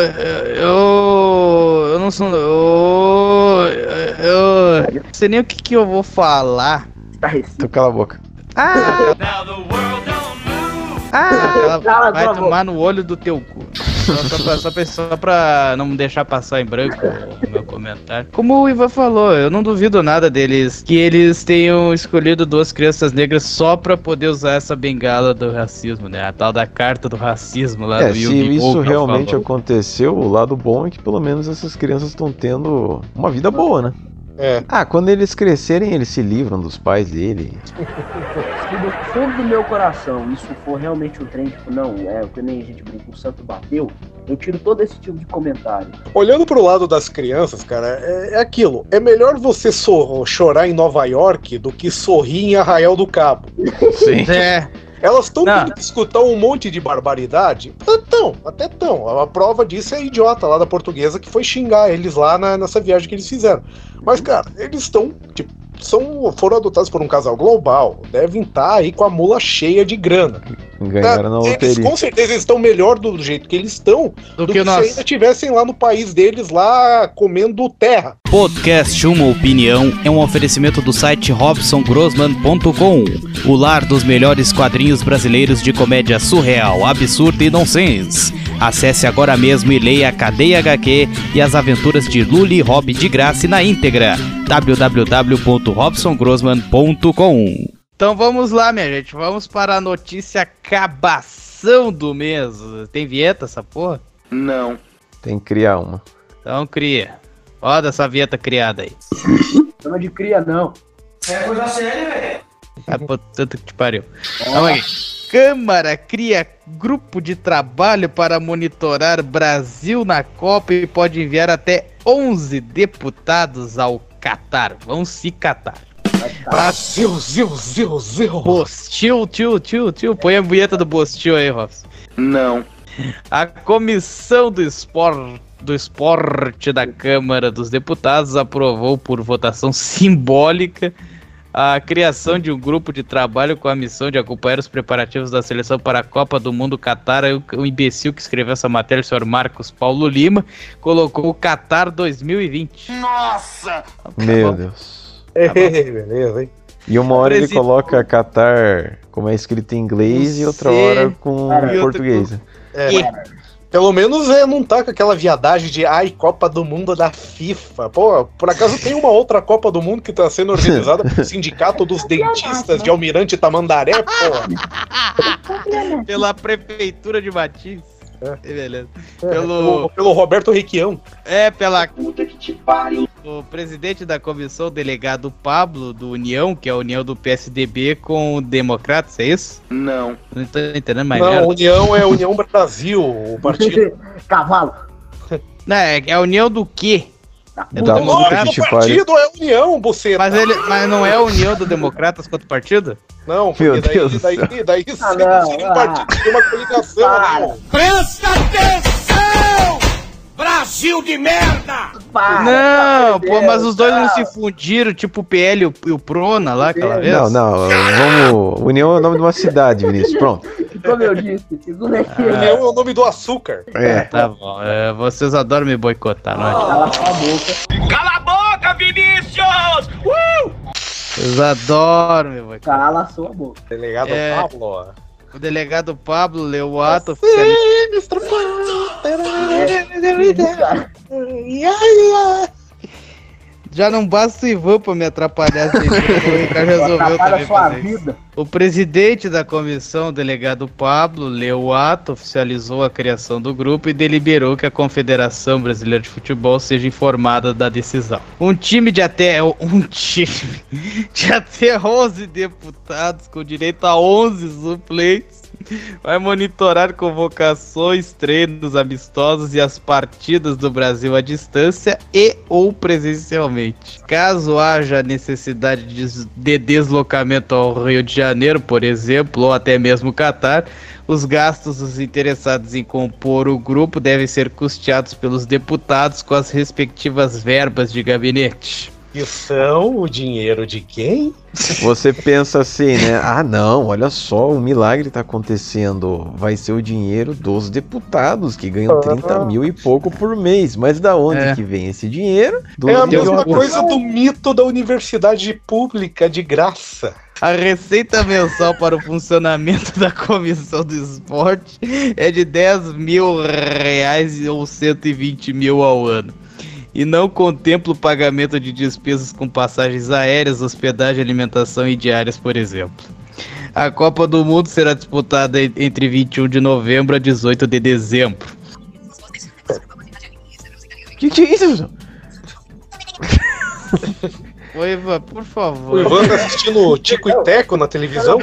Eu não sou... Eu não sei nem o que eu vou falar. Tu cala a boca. Ela vai tomar no olho do teu cu. Só pra não deixar passar em branco o meu comentário. Como o Ivan falou, eu não duvido nada deles, que eles tenham escolhido duas crianças negras só pra poder usar essa bengala do racismo, né? A tal da carta do racismo lá do Yu-Gi-Oh! Se isso realmente aconteceu, o lado bom é que pelo menos essas crianças estão tendo uma vida boa, né? Quando eles crescerem, eles se livram dos pais dele. Se do fundo do meu coração isso for realmente um trem, não, o que nem a gente brinca, o santo bateu, eu tiro todo esse tipo de comentário. Olhando pro lado das crianças, cara, é aquilo. É melhor você chorar em Nova York do que sorrir em Arraial do Cabo. Sim. Elas estão tendo que escutar um monte de barbaridade? Até tão. A prova disso é a idiota lá da portuguesa que foi xingar eles lá nessa viagem que eles fizeram. Mas, cara, eles estão, foram adotados por um casal global, devem estar aí com a mula cheia de grana. Ganharam na loteria. Eles, com certeza, eles estão melhor do jeito que eles estão do que se ainda estivessem lá no país deles, lá comendo terra. Podcast Uma Opinião é um oferecimento do site robsongrossman.com, o lar dos melhores quadrinhos brasileiros de comédia surreal, absurda e nonsense. Acesse agora mesmo e leia a Cadeia HQ e as aventuras de Luli e Rob de graça e na íntegra. www.robsongrossman.com. Então vamos lá, minha gente. Vamos para a notícia cabação do mês. Tem vinheta essa porra? Não. Tem que criar uma. Então cria. Roda essa vinheta criada aí. Chama de cria, não. É coisa séria, velho. Ah, pô, tanto que te pariu. Vamos aqui. Câmara cria grupo de trabalho para monitorar Brasil na Copa e pode enviar até 11 deputados ao Catar. Vão se catar. Brasil, zil. Bostil. Põe a vinheta do Bostil aí, Robson. Não. A comissão do esporte da Câmara dos Deputados aprovou por votação simbólica a criação de um grupo de trabalho com a missão de acompanhar os preparativos da seleção para a Copa do Mundo Catar. O imbecil que escreveu essa matéria, o senhor Marcos Paulo Lima, colocou o Catar 2020. Nossa! Meu Deus. Beleza, hein? E uma hora ele coloca Catar como é escrito em inglês e outra hora com português. Pelo menos não tá com aquela viadagem de Copa do Mundo da FIFA. Pô, por acaso tem uma outra Copa do Mundo que tá sendo organizada pelo Sindicato dos Dentistas de Almirante Tamandaré, pô. Pela Prefeitura de Batins. Beleza. Pelo Roberto Requião. Pela puta que te pariu. O presidente da comissão, o delegado Pablo, do União, que é a união do PSDB com o Democratas, é isso? Não. Não tô entendendo mais. Não, União é União Brasil, o partido. Cavalo. Não, é a união do quê? O partido é União, buceta. Mas não é a união do Democratas contra o partido? Não, porque daí seria um partido de uma coligação, né? Presta atenção! Brasil de merda! Não, pô, mas os dois não se fundiram, tipo o PL e o Prona lá aquela vez? Não, vamos... União é o nome de uma cidade, Vinícius, pronto. Como eu disse, segunda aqui. União é o nome do açúcar. Tá bom, vocês adoram me boicotar, não é? Cala a boca. Cala a boca, Vinícius! Vocês adoram me boicotar. Cala a sua boca. Delegado Pablo, O delegado Pablo leu o ato Já não basta o Ivan pra me atrapalhar, resolveu também fazer isso. O presidente da comissão, o delegado Pablo, leu o ato, oficializou a criação do grupo e deliberou que a Confederação Brasileira de Futebol seja informada da decisão. Um time de até 11 deputados, com direito a 11 suplentes, vai monitorar convocações, treinos amistosos e as partidas do Brasil à distância e ou presencialmente. Caso haja necessidade de deslocamento ao Rio de Janeiro, por exemplo, ou até mesmo Catar, os gastos dos interessados em compor o grupo devem ser custeados pelos deputados com as respectivas verbas de gabinete. E são o dinheiro de quem? Você pensa assim, né? Ah, não, olha só, um milagre tá acontecendo. Vai ser o dinheiro dos deputados, que ganham 30 mil e pouco por mês. Mas da onde que vem esse dinheiro? É a mesma coisa do mito da universidade pública de graça. A receita mensal para o funcionamento da comissão do esporte é de R$10 mil ou 120 mil ao ano. E não contempla o pagamento de despesas com passagens aéreas, hospedagem, alimentação e diárias, por exemplo. A Copa do Mundo será disputada entre 21 de novembro a 18 de dezembro. Que é isso? Oi, Ivan, por favor. O Ivan tá assistindo Tico e Teco na televisão?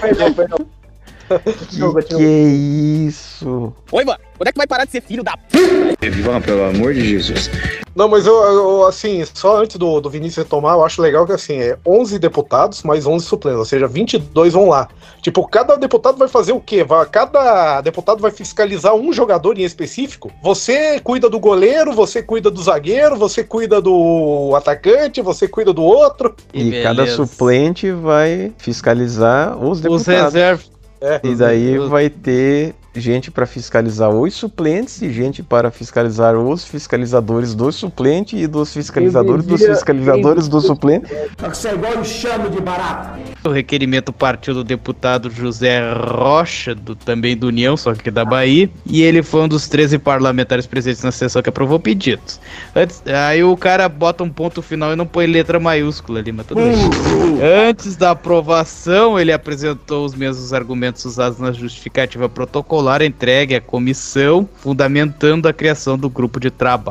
Que é isso? Oi, Ivan, quando é que vai parar de ser filho da p***? Ivan, pelo amor de Jesus. Não, mas eu assim, só antes do Vinícius retomar, eu acho legal que assim, 11 deputados mais 11 suplentes, ou seja, 22 vão lá. Tipo, cada deputado vai fazer o quê? Cada deputado vai fiscalizar um jogador em específico? Você cuida do goleiro, você cuida do zagueiro, você cuida do atacante, você cuida do outro. E cada suplente vai fiscalizar os deputados. Os reservas. E daí vai ter gente para fiscalizar os suplentes e gente para fiscalizar os fiscalizadores dos suplentes e dos fiscalizadores dos fiscalizadores dos suplentes. Isso é igual um chame de barata. O requerimento partiu do deputado José Rocha, também do União, só que da Bahia, e ele foi um dos 13 parlamentares presentes na sessão que aprovou pedidos. Aí o cara bota um ponto final e não põe letra maiúscula ali, mas tudo bem. Antes da aprovação, ele apresentou os mesmos argumentos usados na justificativa protocolar entregue à comissão, fundamentando a criação do grupo de trabalho.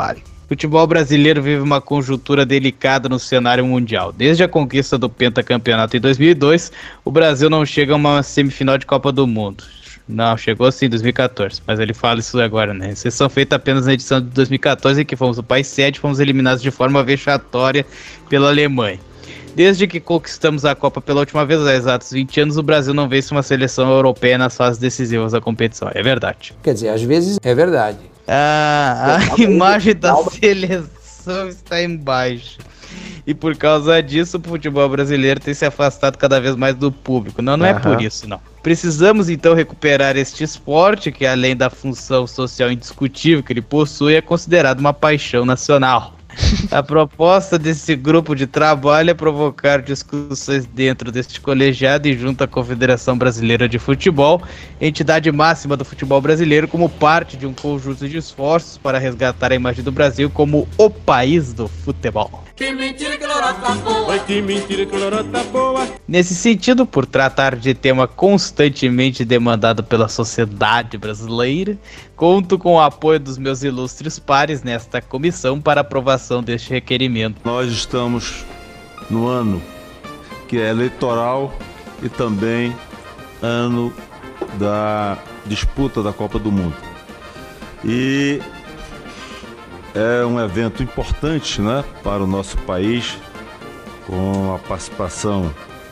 O futebol brasileiro vive uma conjuntura delicada no cenário mundial. Desde a conquista do pentacampeonato em 2002, o Brasil não chega a uma semifinal de Copa do Mundo. Não, chegou sim em 2014, mas ele fala isso agora, né? Exceção feita apenas na edição de 2014, em que fomos o país sede e fomos eliminados de forma vexatória pela Alemanha. Desde que conquistamos a Copa pela última vez, há exatos 20 anos, o Brasil não vence uma seleção europeia nas fases decisivas da competição. É verdade. Quer dizer, às vezes é verdade. A imagem da seleção está embaixo. E por causa disso, o futebol brasileiro tem se afastado cada vez mais do público. Não é por isso, não. Precisamos, então, recuperar este esporte, que além da função social indiscutível que ele possui, é considerado uma paixão nacional. A proposta desse grupo de trabalho é provocar discussões dentro deste colegiado e junto à Confederação Brasileira de Futebol, entidade máxima do futebol brasileiro, como parte de um conjunto de esforços para resgatar a imagem do Brasil como o país do futebol. Que mentira que lorota boa. Que mentira que lorota boa. Nesse sentido, por tratar de tema constantemente demandado pela sociedade brasileira, conto com o apoio dos meus ilustres pares nesta comissão para aprovação deste requerimento. Nós estamos no ano que é eleitoral e também ano da disputa da Copa do Mundo. E é um evento importante, né, para o nosso país, com a participação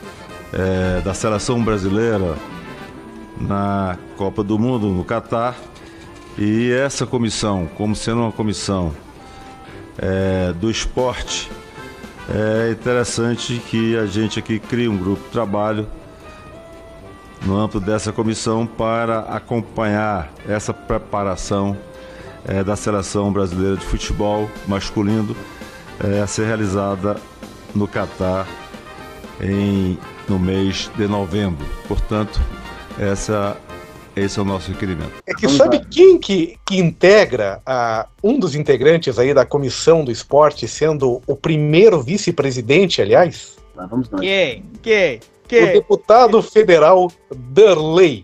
da seleção brasileira na Copa do Mundo, no Catar. E essa comissão, como sendo uma comissão do esporte, é interessante que a gente aqui crie um grupo de trabalho no âmbito dessa comissão para acompanhar essa preparação da seleção brasileira de futebol masculino a ser realizada no Catar no mês de novembro. Portanto, esse é o nosso requerimento. É que sabe quem que integra um dos integrantes aí da comissão do esporte, sendo o primeiro vice-presidente, aliás? Lá vamos nós. Quem? O deputado federal Darley.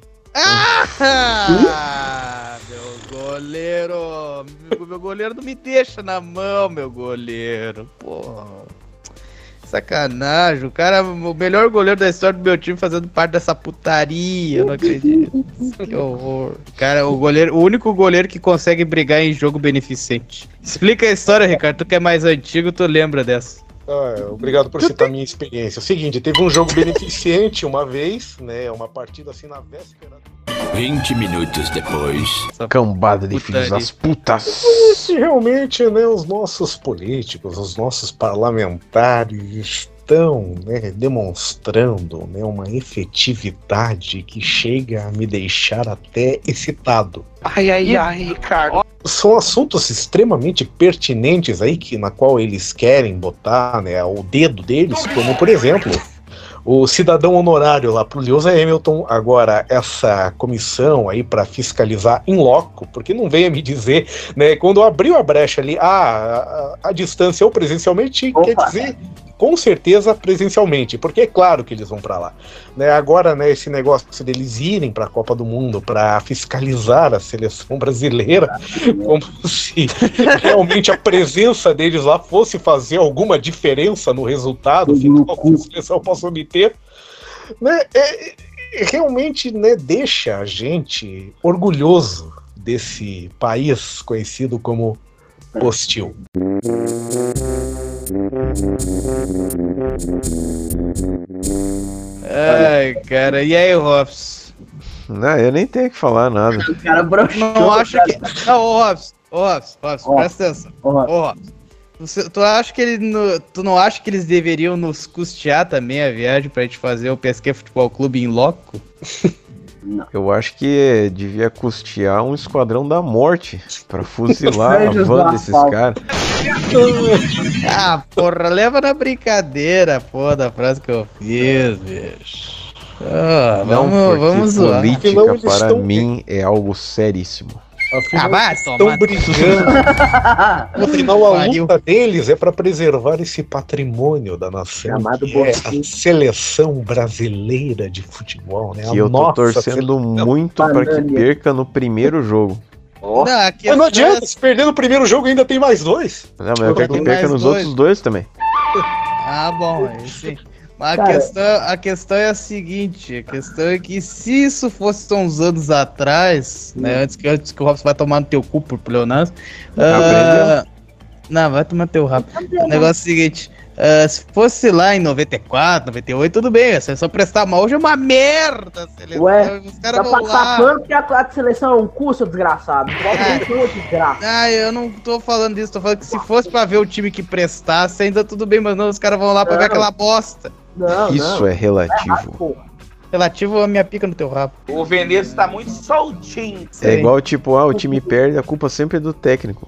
Goleiro, meu goleiro não me deixa na mão, meu goleiro. Porra, sacanagem. O cara, o melhor goleiro da história do meu time fazendo parte dessa putaria. Eu não acredito. Que horror. Cara, o único goleiro que consegue brigar em jogo beneficente. Explica a história, Ricardo. Tu que é mais antigo, tu lembra dessa? Obrigado por citar minha experiência. É o seguinte, teve um jogo beneficente uma vez, né? Uma partida assim na véspera. 20 minutos depois. Cambada de filhos das putas. Se realmente, né, os nossos políticos, os nossos parlamentares estão, né, demonstrando, né, uma efetividade que chega a me deixar até excitado. Ai, Ricardo. São assuntos extremamente pertinentes aí na qual eles querem botar, né, o dedo deles, como por exemplo o cidadão honorário lá pro Lewis Hamilton. Agora essa comissão aí para fiscalizar in loco, porque não venha me dizer, né, quando abriu a brecha ali, a distância ou presencialmente, quer dizer com certeza presencialmente, porque é claro que eles vão para lá, né? Agora, né, esse negócio deles irem para a Copa do Mundo para fiscalizar a seleção brasileira, como se realmente a presença deles lá fosse fazer alguma diferença no resultado final que a seleção possa obter, né? Realmente, né, deixa a gente orgulhoso desse país conhecido como hostil. Ai, cara, e aí, Robson? Não, eu nem tenho que falar nada. O cara broxou. Não acha que. Não, Robson, presta atenção. Robson, tu não acha que eles deveriam nos custear também a viagem pra gente fazer o PSG Futebol Clube em loco? Não. Eu acho que devia custear um esquadrão da morte pra fuzilar a van desses caras. Porra, leva na brincadeira, pô, da frase que eu fiz, bicho. Vamos zoar. Política para mim é algo seríssimo. Vai estão brigando. Afinal, a luta deles é para preservar esse patrimônio da nação, que é a seleção brasileira de futebol, né? Que eu tô torcendo muito para que perca no primeiro jogo. Mas não adianta, se perder no primeiro jogo ainda tem mais 2. Não, mas eu quero que perca nos outros 2 também. Ah, bom, aí sim. Mas a questão é a seguinte, a questão é que se isso fosse uns anos atrás, né, antes que o Robson vai tomar no teu cu por pleonasmo, não, vai tomar teu rabo. O negócio é o seguinte, se fosse lá em 94, 98, tudo bem, é só prestar mal. Hoje é uma merda a seleção. Ué, os caras vão lá. Pano porque a seleção é um cu, seu desgraçado. Eu não tô falando disso, tô falando que se fosse pra ver o time que prestasse, ainda tudo bem, mas não, os caras vão lá pra ver aquela bosta. Isso é relativo. Relativo a minha pica no teu rabo. O Veneza tá muito soltinho. É igual tipo, o time perde, a culpa sempre é do técnico.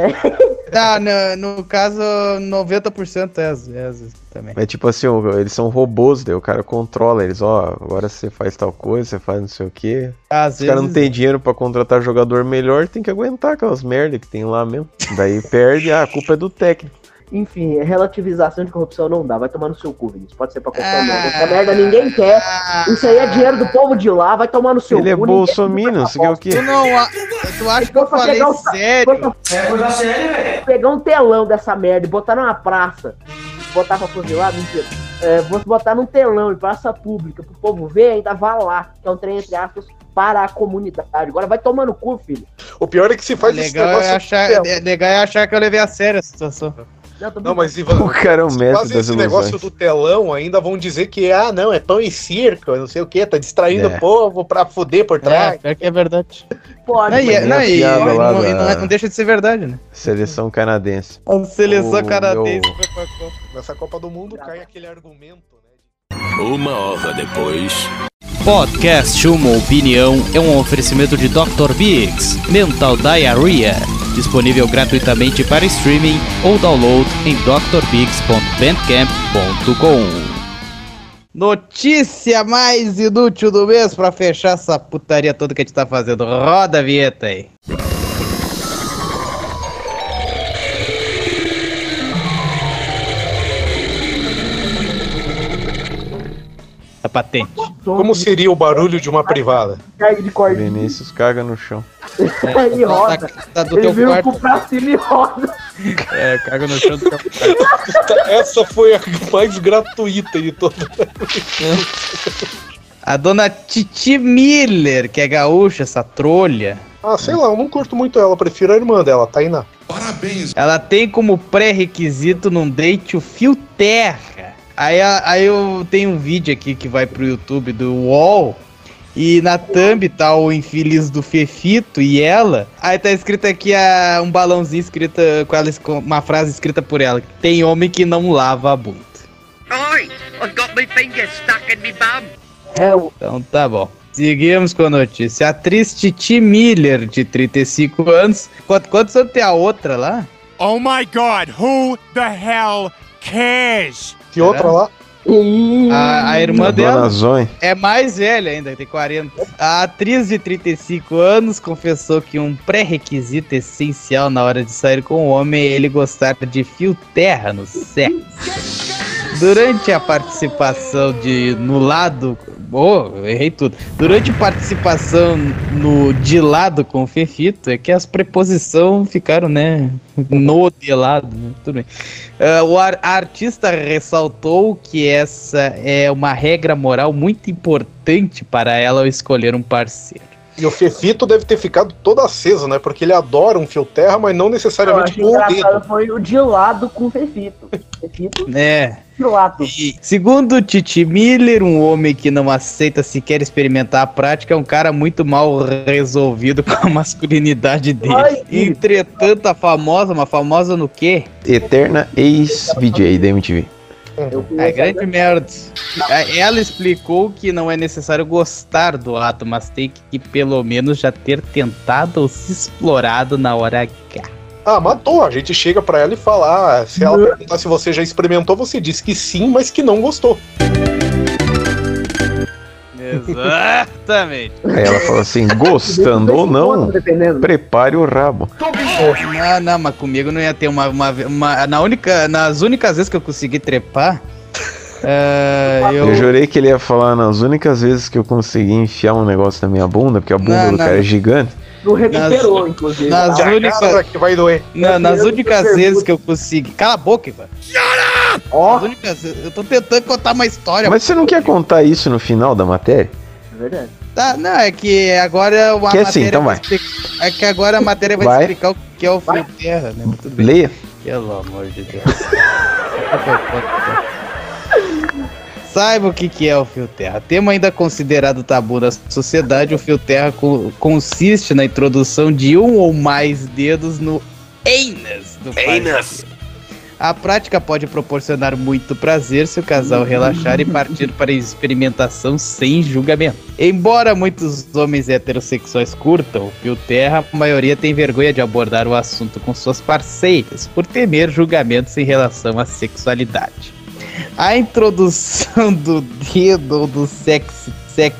No caso, 90% é às vezes também. É tipo assim, eles são robôs, daí o cara controla eles, agora você faz tal coisa, você faz não sei o quê. Os caras não tem dinheiro pra contratar jogador melhor, tem que aguentar aquelas merda que tem lá mesmo. Daí perde, a culpa é do técnico. Enfim, relativização de corrupção não dá. Vai tomar no seu cu, Vinícius. Pode ser pra qualquer merda. Essa merda ninguém quer. Isso aí é dinheiro do povo de lá. Vai tomar no seu cu. Ele é bolsominion, você quer o quê? Tu acha que eu falei sério? Coisa séria, velho. Pegar um telão dessa merda e botar numa praça. Botar pra fuzilar? Mentira. Vou botar num telão em praça pública pro povo ver, ainda vai lá. Que é um trem, entre aspas, para a comunidade. Agora vai tomar no cu, filho. O pior é que se faz esse negócio... Legal é achar que eu levei a sério a situação. Não, mas Ivan, o cara é um mestre faz esse negócio do telão, ainda vão dizer que, não, é pão e circo, não sei o que, tá distraindo o povo pra fuder por trás. É que é verdade. Pode. Não deixa de ser verdade, né? Seleção canadense. A seleção canadense foi pra Copa. Nessa Copa do Mundo cai aquele argumento, né? 1 hora depois. Podcast Uma Opinião é um oferecimento de Dr. Biggs Mental Diarrhea, disponível gratuitamente para streaming ou download em drbiggs.bandcamp.com. Notícia mais inútil do mês pra fechar essa putaria toda que a gente tá fazendo. Roda a vinheta aí. A patente. Como seria o barulho de uma privada? Carga de cordinha. Vinícius caga no chão. Ele roda. Ele vira pro pra cima e roda. Caga no chão do teu quarto. Essa foi a mais gratuita de todas. A dona Titi Miller, que é gaúcha, essa trolha. Sei lá, eu não curto muito ela, prefiro a irmã dela, Tainá. Parabéns. Ela tem como pré-requisito num date o fio terra. Aí eu tenho um vídeo aqui que vai pro YouTube do UOL. E na thumb tá o infeliz do Fefito e ela. Aí tá escrito aqui um balãozinho escrito com uma frase escrita por ela. Tem homem que não lava a bunda. Oi, I've got my finger stuck in my bum. Então tá bom. Seguimos com a notícia. A atriz Titi Miller, de 35 anos. Quantos anos tem a outra lá? Oh my God, who the hell cares? Que outra lá? A irmã dela Zoe é mais velha ainda, tem 40. A atriz de 35 anos confessou que um pré-requisito essencial na hora de sair com o homem é ele gostar de fio terra no sexo. Durante a participação no lado... errei tudo. Durante a participação de lado com o Fefito, é que as preposições ficaram, né, no de lado, né? Tudo bem. A artista ressaltou que essa é uma regra moral muito importante para ela ao escolher um parceiro. E o Fefito deve ter ficado todo aceso, né? Porque ele adora um fio terra, mas não necessariamente com o dedo. Foi o de lado com o Fefito. Fefito? De lado. E, segundo Titi Miller, um homem que não aceita sequer experimentar a prática é um cara muito mal resolvido com a masculinidade dele. Entretanto, uma famosa no quê? Eterna ex-VJ da MTV. Grande merda. Ela explicou que não é necessário gostar do ato, mas tem que pelo menos já ter tentado ou se explorado na hora H. Matou. A gente chega pra ela e fala, se ela perguntar se você já experimentou, você diz que sim, mas que não gostou. Exatamente. Aí ela fala assim, gostando ou não, prepare o rabo. Não, mas comigo não ia ter nas únicas vezes que eu consegui trepar, eu jurei que ele ia falar nas únicas vezes que eu consegui enfiar um negócio na minha bunda, porque a bunda do cara é gigante. Não recuperou, inclusive. Nas únicas que vai doer. Nas únicas vezes que eu consegui. Cala a boca, Ivan. Ó. Eu tô tentando contar uma história. Mas você não quer contar isso no final da matéria? É verdade. Tá, não, é que agora uma Que matéria assim, então vai. É que agora a matéria vai explicar o que é o fio terra, né? Tudo bem. Leia. Pelo amor de Deus. Saiba o que é o fio terra. Tema ainda considerado tabu na sociedade, o fio terra consiste na introdução de um ou mais dedos no ânus do parceiro. A prática pode proporcionar muito prazer se o casal relaxar e partir para a experimentação sem julgamento. Embora muitos homens heterossexuais curtam o fio terra, a maioria tem vergonha de abordar o assunto com suas parceiras, por temer julgamentos em relação à sexualidade. A introdução do dedo ou do sexy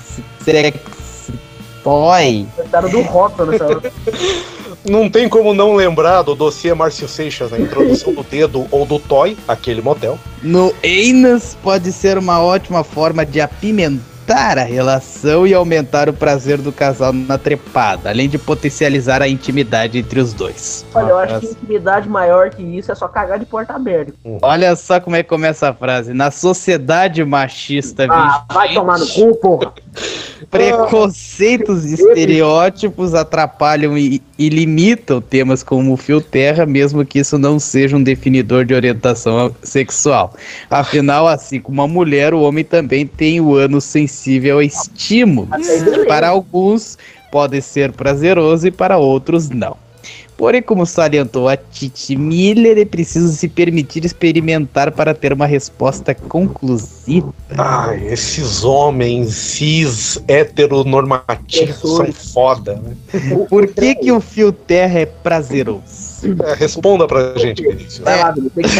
toy. Do rótulo nessa hora. Não tem como não lembrar do dossiê Márcio Seixas na introdução do dedo ou do toy, aquele motel. No anus pode ser uma ótima forma de apimentar a relação e aumentar o prazer do casal na trepada, além de potencializar a intimidade entre os dois. Olha, eu acho que intimidade maior que isso é só cagar de porta aberta. Olha só como é que começa a frase. Na sociedade machista vai tomar no cu, porra. Preconceitos e estereótipos atrapalham e limitam temas como o fio terra, mesmo que isso não seja um definidor de orientação sexual. Afinal, assim como a mulher, o homem também tem o ânus sensível a estímulos. Para alguns pode ser prazeroso e para outros não. Porém, como salientou a Titi Miller, é preciso se permitir experimentar para ter uma resposta conclusiva. Esses homens cis heteronormativos são foda, né? Por que o fio terra é prazeroso? Responda pra gente, Vinícius. Vai lá, Vinícius, tem que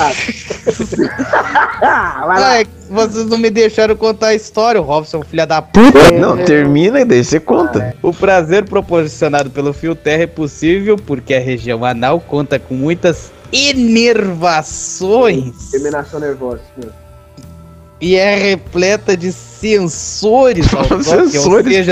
vai lá. Vocês não me deixaram contar a história, o Robson é um filho da puta. Não, termina e daí você conta. O prazer proporcionado pelo fio terra é possível porque a região anal conta com muitas inervações. Terminação nervosa. E é repleta de sensores. Sensores.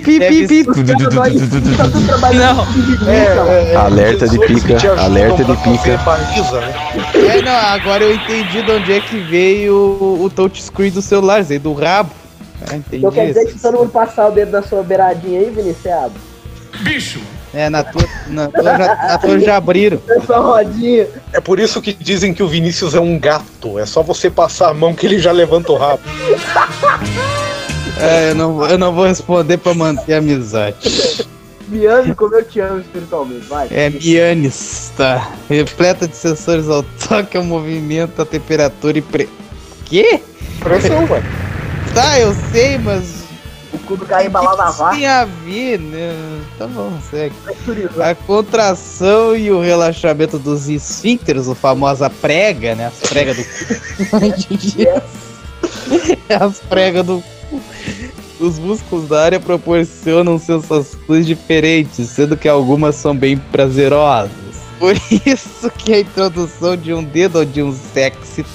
Alerta de pica. Alerta de pica. Não, agora eu entendi de onde é que veio o touchscreen do celular, veio do rabo. Entendi. Então quer dizer que se todo mundo passar o dedo na sua beiradinha aí, Vinícius, você abre. Bicho! Na tua já abriram. Essa rodinha. É por isso que dizem que o Vinícius é um gato. É só você passar a mão que ele já levanta o rabo. Eu não vou responder pra manter a amizade. Miane, como eu te amo espiritualmente, vai. Mianes, tá. Repleta de sensores ao toque, ao movimento, à temperatura e Quê? Pressão, vai. Tá, eu sei, mas... O cu do cara embalado na vaca. Tem a ver, né? Tá bom, segue. A contração e o relaxamento dos esfíncteres, a famosa prega, né? As pregas do cu. As pregas do cu. Os músculos da área proporcionam sensações diferentes, sendo que algumas são bem prazerosas. Por isso que a introdução de um dedo ou de um sexy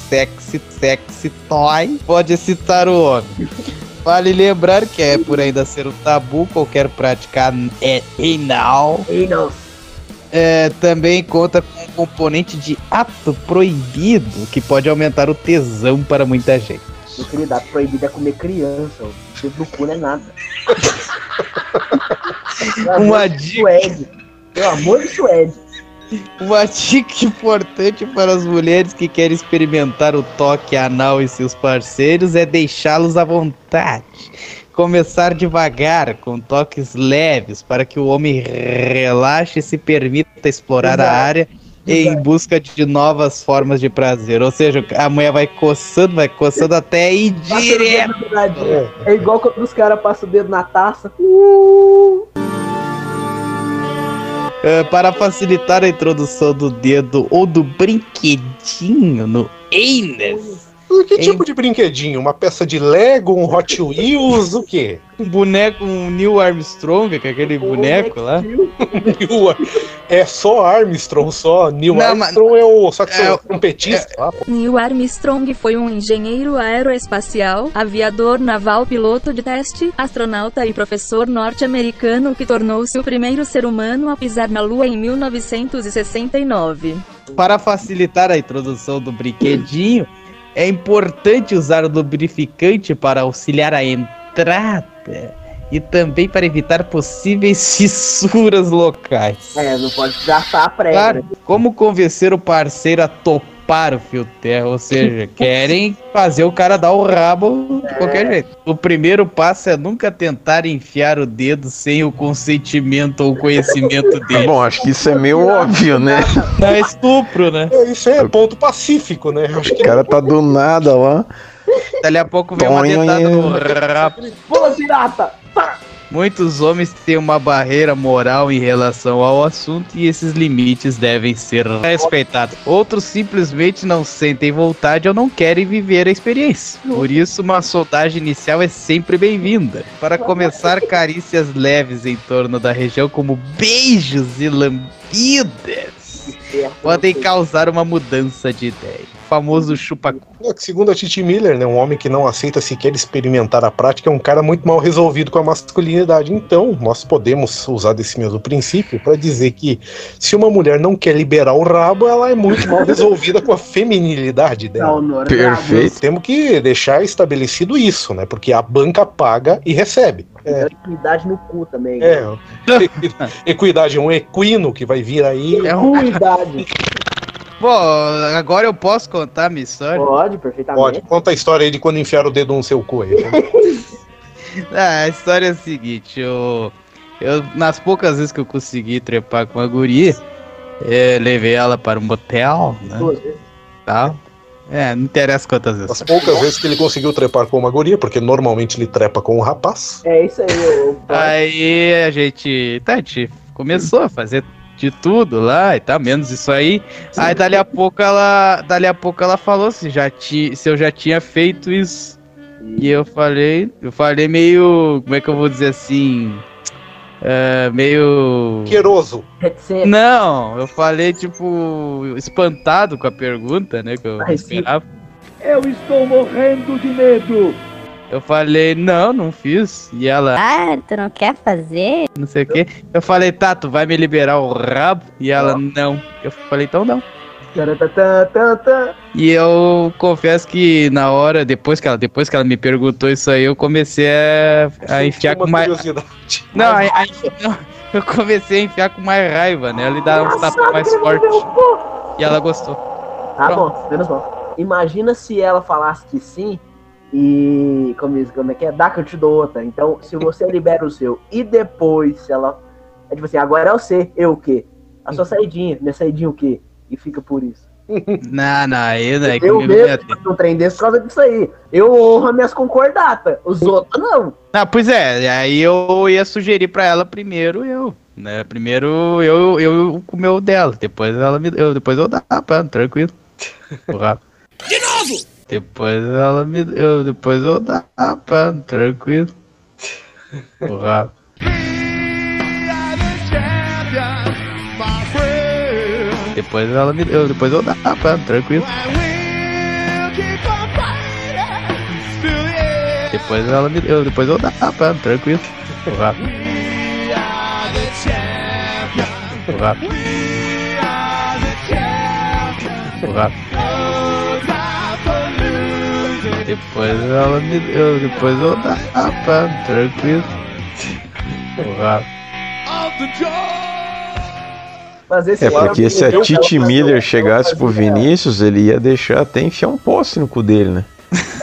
toy pode excitar o homem. Vale lembrar que por ainda ser um tabu, qualquer prática anal também conta com um componente de ato proibido, que pode aumentar o tesão para muita gente. Meu querido, ato proibido é comer criança, o dedo do cu não é nada. Uma dica. Pelo amor de Suede. Uma dica importante para as mulheres que querem experimentar o toque anal em seus parceiros é deixá-los à vontade. Começar devagar, com toques leves, para que o homem relaxe e se permita explorar a área em busca de novas formas de prazer. Ou seja, a mulher vai coçando até ir direto. É igual quando os caras passam o dedo na taça. Para facilitar a introdução do dedo ou do brinquedinho no anus, Que tipo de brinquedinho? Uma peça de Lego, um Hot Wheels, o quê? Um boneco, um Neil Armstrong, que é aquele boneco lá. É só Armstrong, só. Neil Armstrong é o... Só que é o trompetista lá. Neil Armstrong foi um engenheiro aeroespacial, aviador naval, piloto de teste, astronauta e professor norte-americano que tornou-se o primeiro ser humano a pisar na Lua em 1969. Para facilitar a introdução do brinquedinho, é importante usar lubrificante para auxiliar a entrada e também para evitar possíveis fissuras locais. Não pode gastar a prega. Claro, como convencer o parceiro a topar o fio terra, ou seja, querem fazer o cara dar o rabo de qualquer jeito. O primeiro passo é nunca tentar enfiar o dedo sem o consentimento ou conhecimento dele. Bom, acho que isso é meio óbvio, né? Não é estupro, né? Isso é ponto pacífico, né? Acho que o cara tá do nada lá. Dali a pouco vem uma dentada no rabo. Pula, pirata! Pá! Muitos homens têm uma barreira moral em relação ao assunto e esses limites devem ser respeitados. Outros simplesmente não sentem vontade ou não querem viver a experiência. Por isso, uma soldagem inicial é sempre bem-vinda. Para começar, carícias leves em torno da região, como beijos e lambidas, podem causar uma mudança de ideia. O famoso chupacu. Segundo a Titi Miller, né, um homem que não aceita sequer experimentar a prática é um cara muito mal resolvido com a masculinidade. Então, nós podemos usar desse mesmo princípio para dizer que se uma mulher não quer liberar o rabo, ela é muito mal resolvida com a feminilidade dela. Perfeito. Temos que deixar estabelecido isso, né? Porque a banca paga e recebe. Equidade no cu também. Equidade, um equino que vai vir aí. É ruidade. Bom, agora eu posso contar a minha história? Pode, perfeitamente. Pode, conta a história aí de quando enfiaram o dedo no seu cu aí. A história é a seguinte, eu nas poucas vezes que eu consegui trepar com a guria, levei ela para um motel, né? 2 vezes. Tal. Não interessa quantas vezes. As poucas vezes que ele conseguiu trepar com uma guria, porque normalmente ele trepa com um rapaz. É isso aí. Aí a gente começou a fazer de tudo lá e tal, menos isso aí. Sim. Aí dali a pouco ela falou se eu já tinha feito isso. E eu falei meio, como é que eu vou dizer assim, meio... Queiroso. Não, eu falei tipo, espantado com a pergunta, né, que eu esperava. Eu estou morrendo de medo. Eu falei, não fiz. E ela... tu não quer fazer? Não sei o que. Eu falei, tá, tu vai me liberar o rabo? E ela, não. Eu falei, então não. E eu confesso que na hora, depois que ela me perguntou isso aí, eu comecei a enfiar com mais... Não, eu comecei a enfiar com mais raiva, né? Ela dá uns tapas mais fortes. E ela gostou. Tá bom, menos mal. Imagina se ela falasse que sim, e como é que é? Dá que eu te dou outra. Então, se você libera o seu e depois se ela... É tipo assim, agora é o C, eu o quê? A sua saidinha, minha saidinha o quê? E fica por isso. Não, aí eu mesmo um trem desse por causa disso aí. Eu honro minhas concordatas, os outros não. Pois é, aí eu ia sugerir pra ela primeiro né? Primeiro eu comer o dela, depois eu dava, tranquilo. De novo! Depois eu dava, tranquilo. Depois eu dava, tranquilo. Depois eu dava, tranquilo. Depois eu dava, tranquilo. Porque se a Titi Miller chegasse pro Vinícius, ele ia deixar até enfiar um poste no cu dele, né?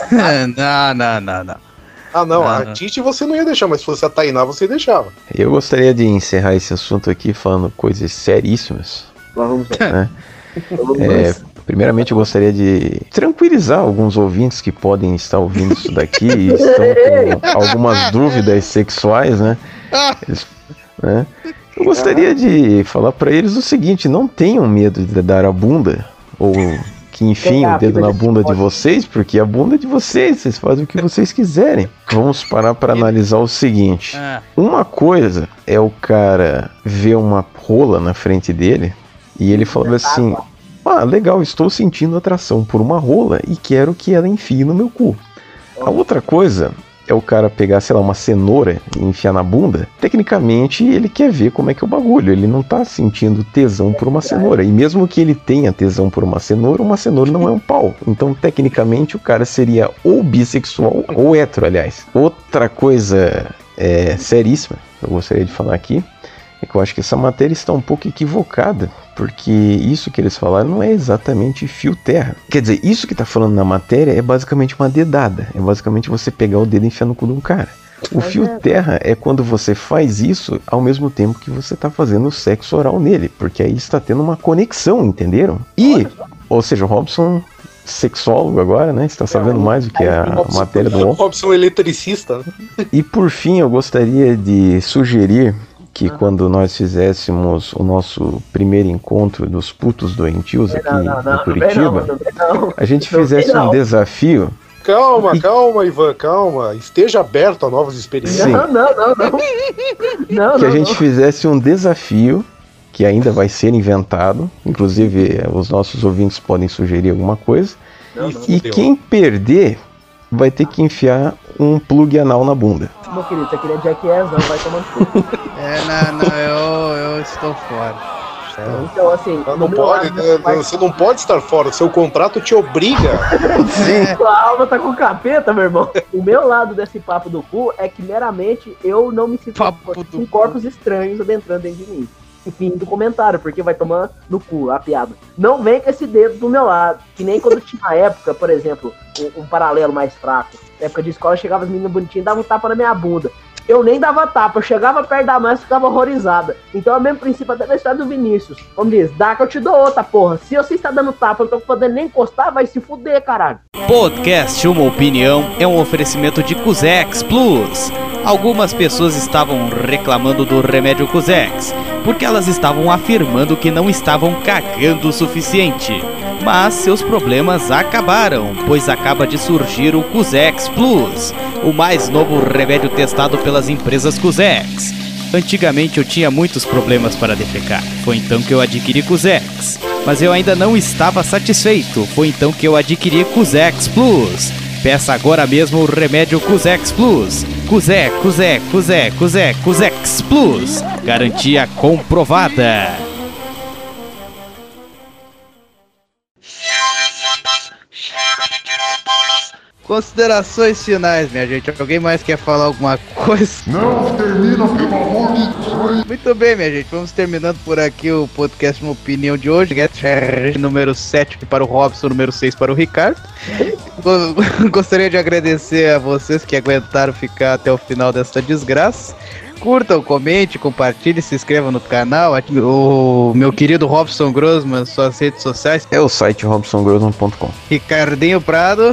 Não. A Titi você não ia deixar, mas se fosse a Tainá você deixava. Eu gostaria de encerrar esse assunto aqui falando coisas seríssimas. Vamos né? Primeiramente eu gostaria de tranquilizar alguns ouvintes que podem estar ouvindo isso daqui e estão com algumas dúvidas sexuais, né? Né? Eu gostaria de falar para eles o seguinte: não tenham medo de dar a bunda ou que enfiem o dedo na bunda de vocês, porque a bunda é de vocês fazem o que vocês quiserem. Vamos parar para analisar o seguinte. Uma coisa é o cara ver uma rola na frente dele e ele falava assim: legal, estou sentindo atração por uma rola e quero que ela enfie no meu cu. A outra coisa é o cara pegar, sei lá, uma cenoura e enfiar na bunda. Tecnicamente, ele quer ver como é que é o bagulho. Ele não tá sentindo tesão por uma cenoura. E mesmo que ele tenha tesão por uma cenoura não é um pau. Então, tecnicamente, o cara seria ou bissexual ou hétero, aliás. Outra coisa seríssima que eu gostaria de falar aqui é que eu acho que essa matéria está um pouco equivocada, porque isso que eles falaram não é exatamente fio terra. Quer dizer, isso que está falando na matéria é basicamente uma dedada, é basicamente você pegar o dedo e enfiar no cu de um cara. O fio terra é quando você faz isso ao mesmo tempo que você está fazendo sexo oral nele, porque aí está tendo uma conexão, entenderam? Ou seja, o Robson, sexólogo agora, né? Está sabendo mais do que a matéria do Robson eletricista. E por fim, eu gostaria de sugerir que quando nós fizéssemos o nosso primeiro encontro dos putos doentios aqui em Curitiba, a gente fizesse um desafio. Calma, Ivan, calma. Esteja aberto a novas experiências. Sim. Que a gente fizesse um desafio que ainda vai ser inventado. Inclusive, os nossos ouvintes podem sugerir alguma coisa. E quem perder vai ter que enfiar um plug anal na bunda. Meu querido, você queria Jackass, não vai tomar no cu. Eu estou fora. Então, assim... Você não pode estar fora, seu contrato te obriga. Sua alma tá com capeta, meu irmão. O meu lado desse papo do cu é que, meramente, eu não me sinto com corpos estranhos adentrando dentro de mim. Fim do comentário, porque vai tomar no cu a piada. Não vem com esse dedo do meu lado. Que nem quando tinha na época, por exemplo, um paralelo mais fraco. Na época de escola, chegava as meninas bonitinhas e davam um tapa na minha bunda. Eu nem dava tapa, eu chegava perto da mãe e ficava horrorizada. Então é o mesmo princípio até da história do Vinícius. Como diz, dá que eu te dou outra, porra. Se você está dando tapa, eu não tô podendo nem encostar, vai se fuder, caralho. Podcast Uma Opinião é um oferecimento de Cuzex Plus. Algumas pessoas estavam reclamando do remédio Cuzex, porque elas estavam afirmando que não estavam cagando o suficiente. Mas seus problemas acabaram, pois acaba de surgir o Cuzex Plus, o mais novo remédio testado pelas empresas Cuzex. Antigamente eu tinha muitos problemas para defecar, foi então que eu adquiri Cuzex. Mas eu ainda não estava satisfeito, foi então que eu adquiri Cuzex Plus. Peça agora mesmo o remédio Cuzex Plus. Cuzex Plus. Garantia comprovada. Considerações finais, minha gente. Alguém mais quer falar alguma coisa? Não, termina, pelo amor de Deus. Muito bem, minha gente. Vamos terminando por aqui o podcast Uma Opinião de hoje. Número 7 para o Robson, número 6 para o Ricardo. Gostaria de agradecer a vocês que aguentaram ficar até o final dessa desgraça. Curtam, comente, compartilhem, se inscrevam no canal. O meu querido Robson Grossman, suas redes sociais. É o site robsongrossman.com. Ricardinho Prado.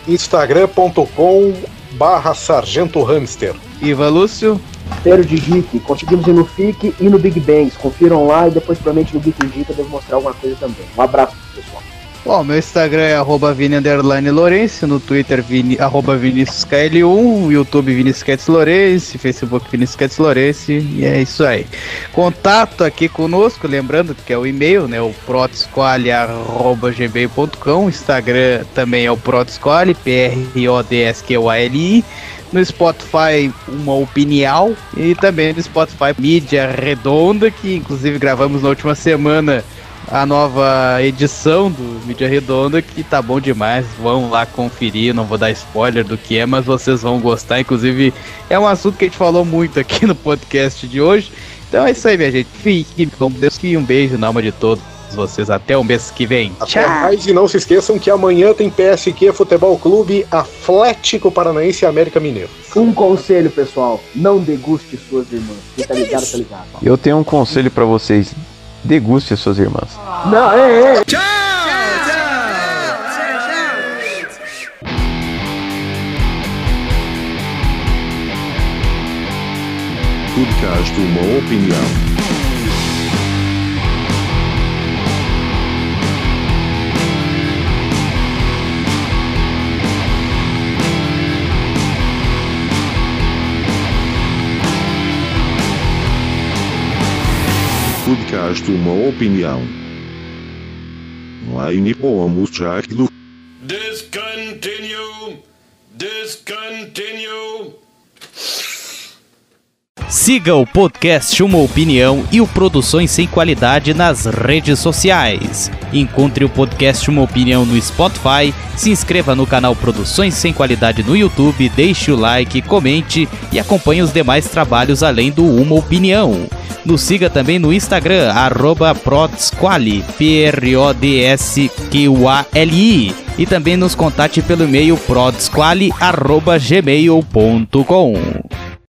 Instagram.com/Sargento Hamster. Ivan Lúcio. Inteiro de Geek. Conseguimos ir no FIC e no Big Bangs. Confiram lá e depois provavelmente no Geek Geek eu devo mostrar alguma coisa também. Um abraço, pessoal. Bom, meu Instagram é @Vini_Lourenço, no Twitter @ViniciusKL1, YouTube Vinicius Lourenço, Facebook Vinicius Lourenço, e é isso aí. Contato aqui conosco, lembrando que é o e-mail, né, o protosquali@gmail.com, Instagram também é o protosquali, PRODSQALI, no Spotify Uma Opinião, e também no Spotify Mídia Redonda, que inclusive gravamos na última semana a nova edição do Mídia Redonda, que tá bom demais. Vão lá conferir, não vou dar spoiler do que é, mas vocês vão gostar. Inclusive, é um assunto que a gente falou muito aqui no podcast de hoje. Então é isso aí, minha gente. Fiquem com Deus e um beijo na alma de todos vocês. Até o mês que vem. Até mais, e não se esqueçam que amanhã tem PSG Futebol Clube, Atlético Paranaense e América Mineiro. Um conselho, pessoal: não deguste suas irmãs. Quem tá ligado, tá ligado. Eu tenho um conselho pra vocês: deguste as suas irmãs. Não, Tchau! Podcast Uma Opinião. podcast Uma Opinião. Aí vamos já aquilo. Discontinue. Siga o podcast Uma Opinião e o Produções Sem Qualidade nas redes sociais. Encontre o podcast Uma Opinião no Spotify, se inscreva no canal Produções Sem Qualidade no YouTube, deixe o like, comente e acompanhe os demais trabalhos além do Uma Opinião. Nos siga também no Instagram, @prodsquali, PRODSQALI, e também nos contate pelo e-mail prodsquali@gmail.com.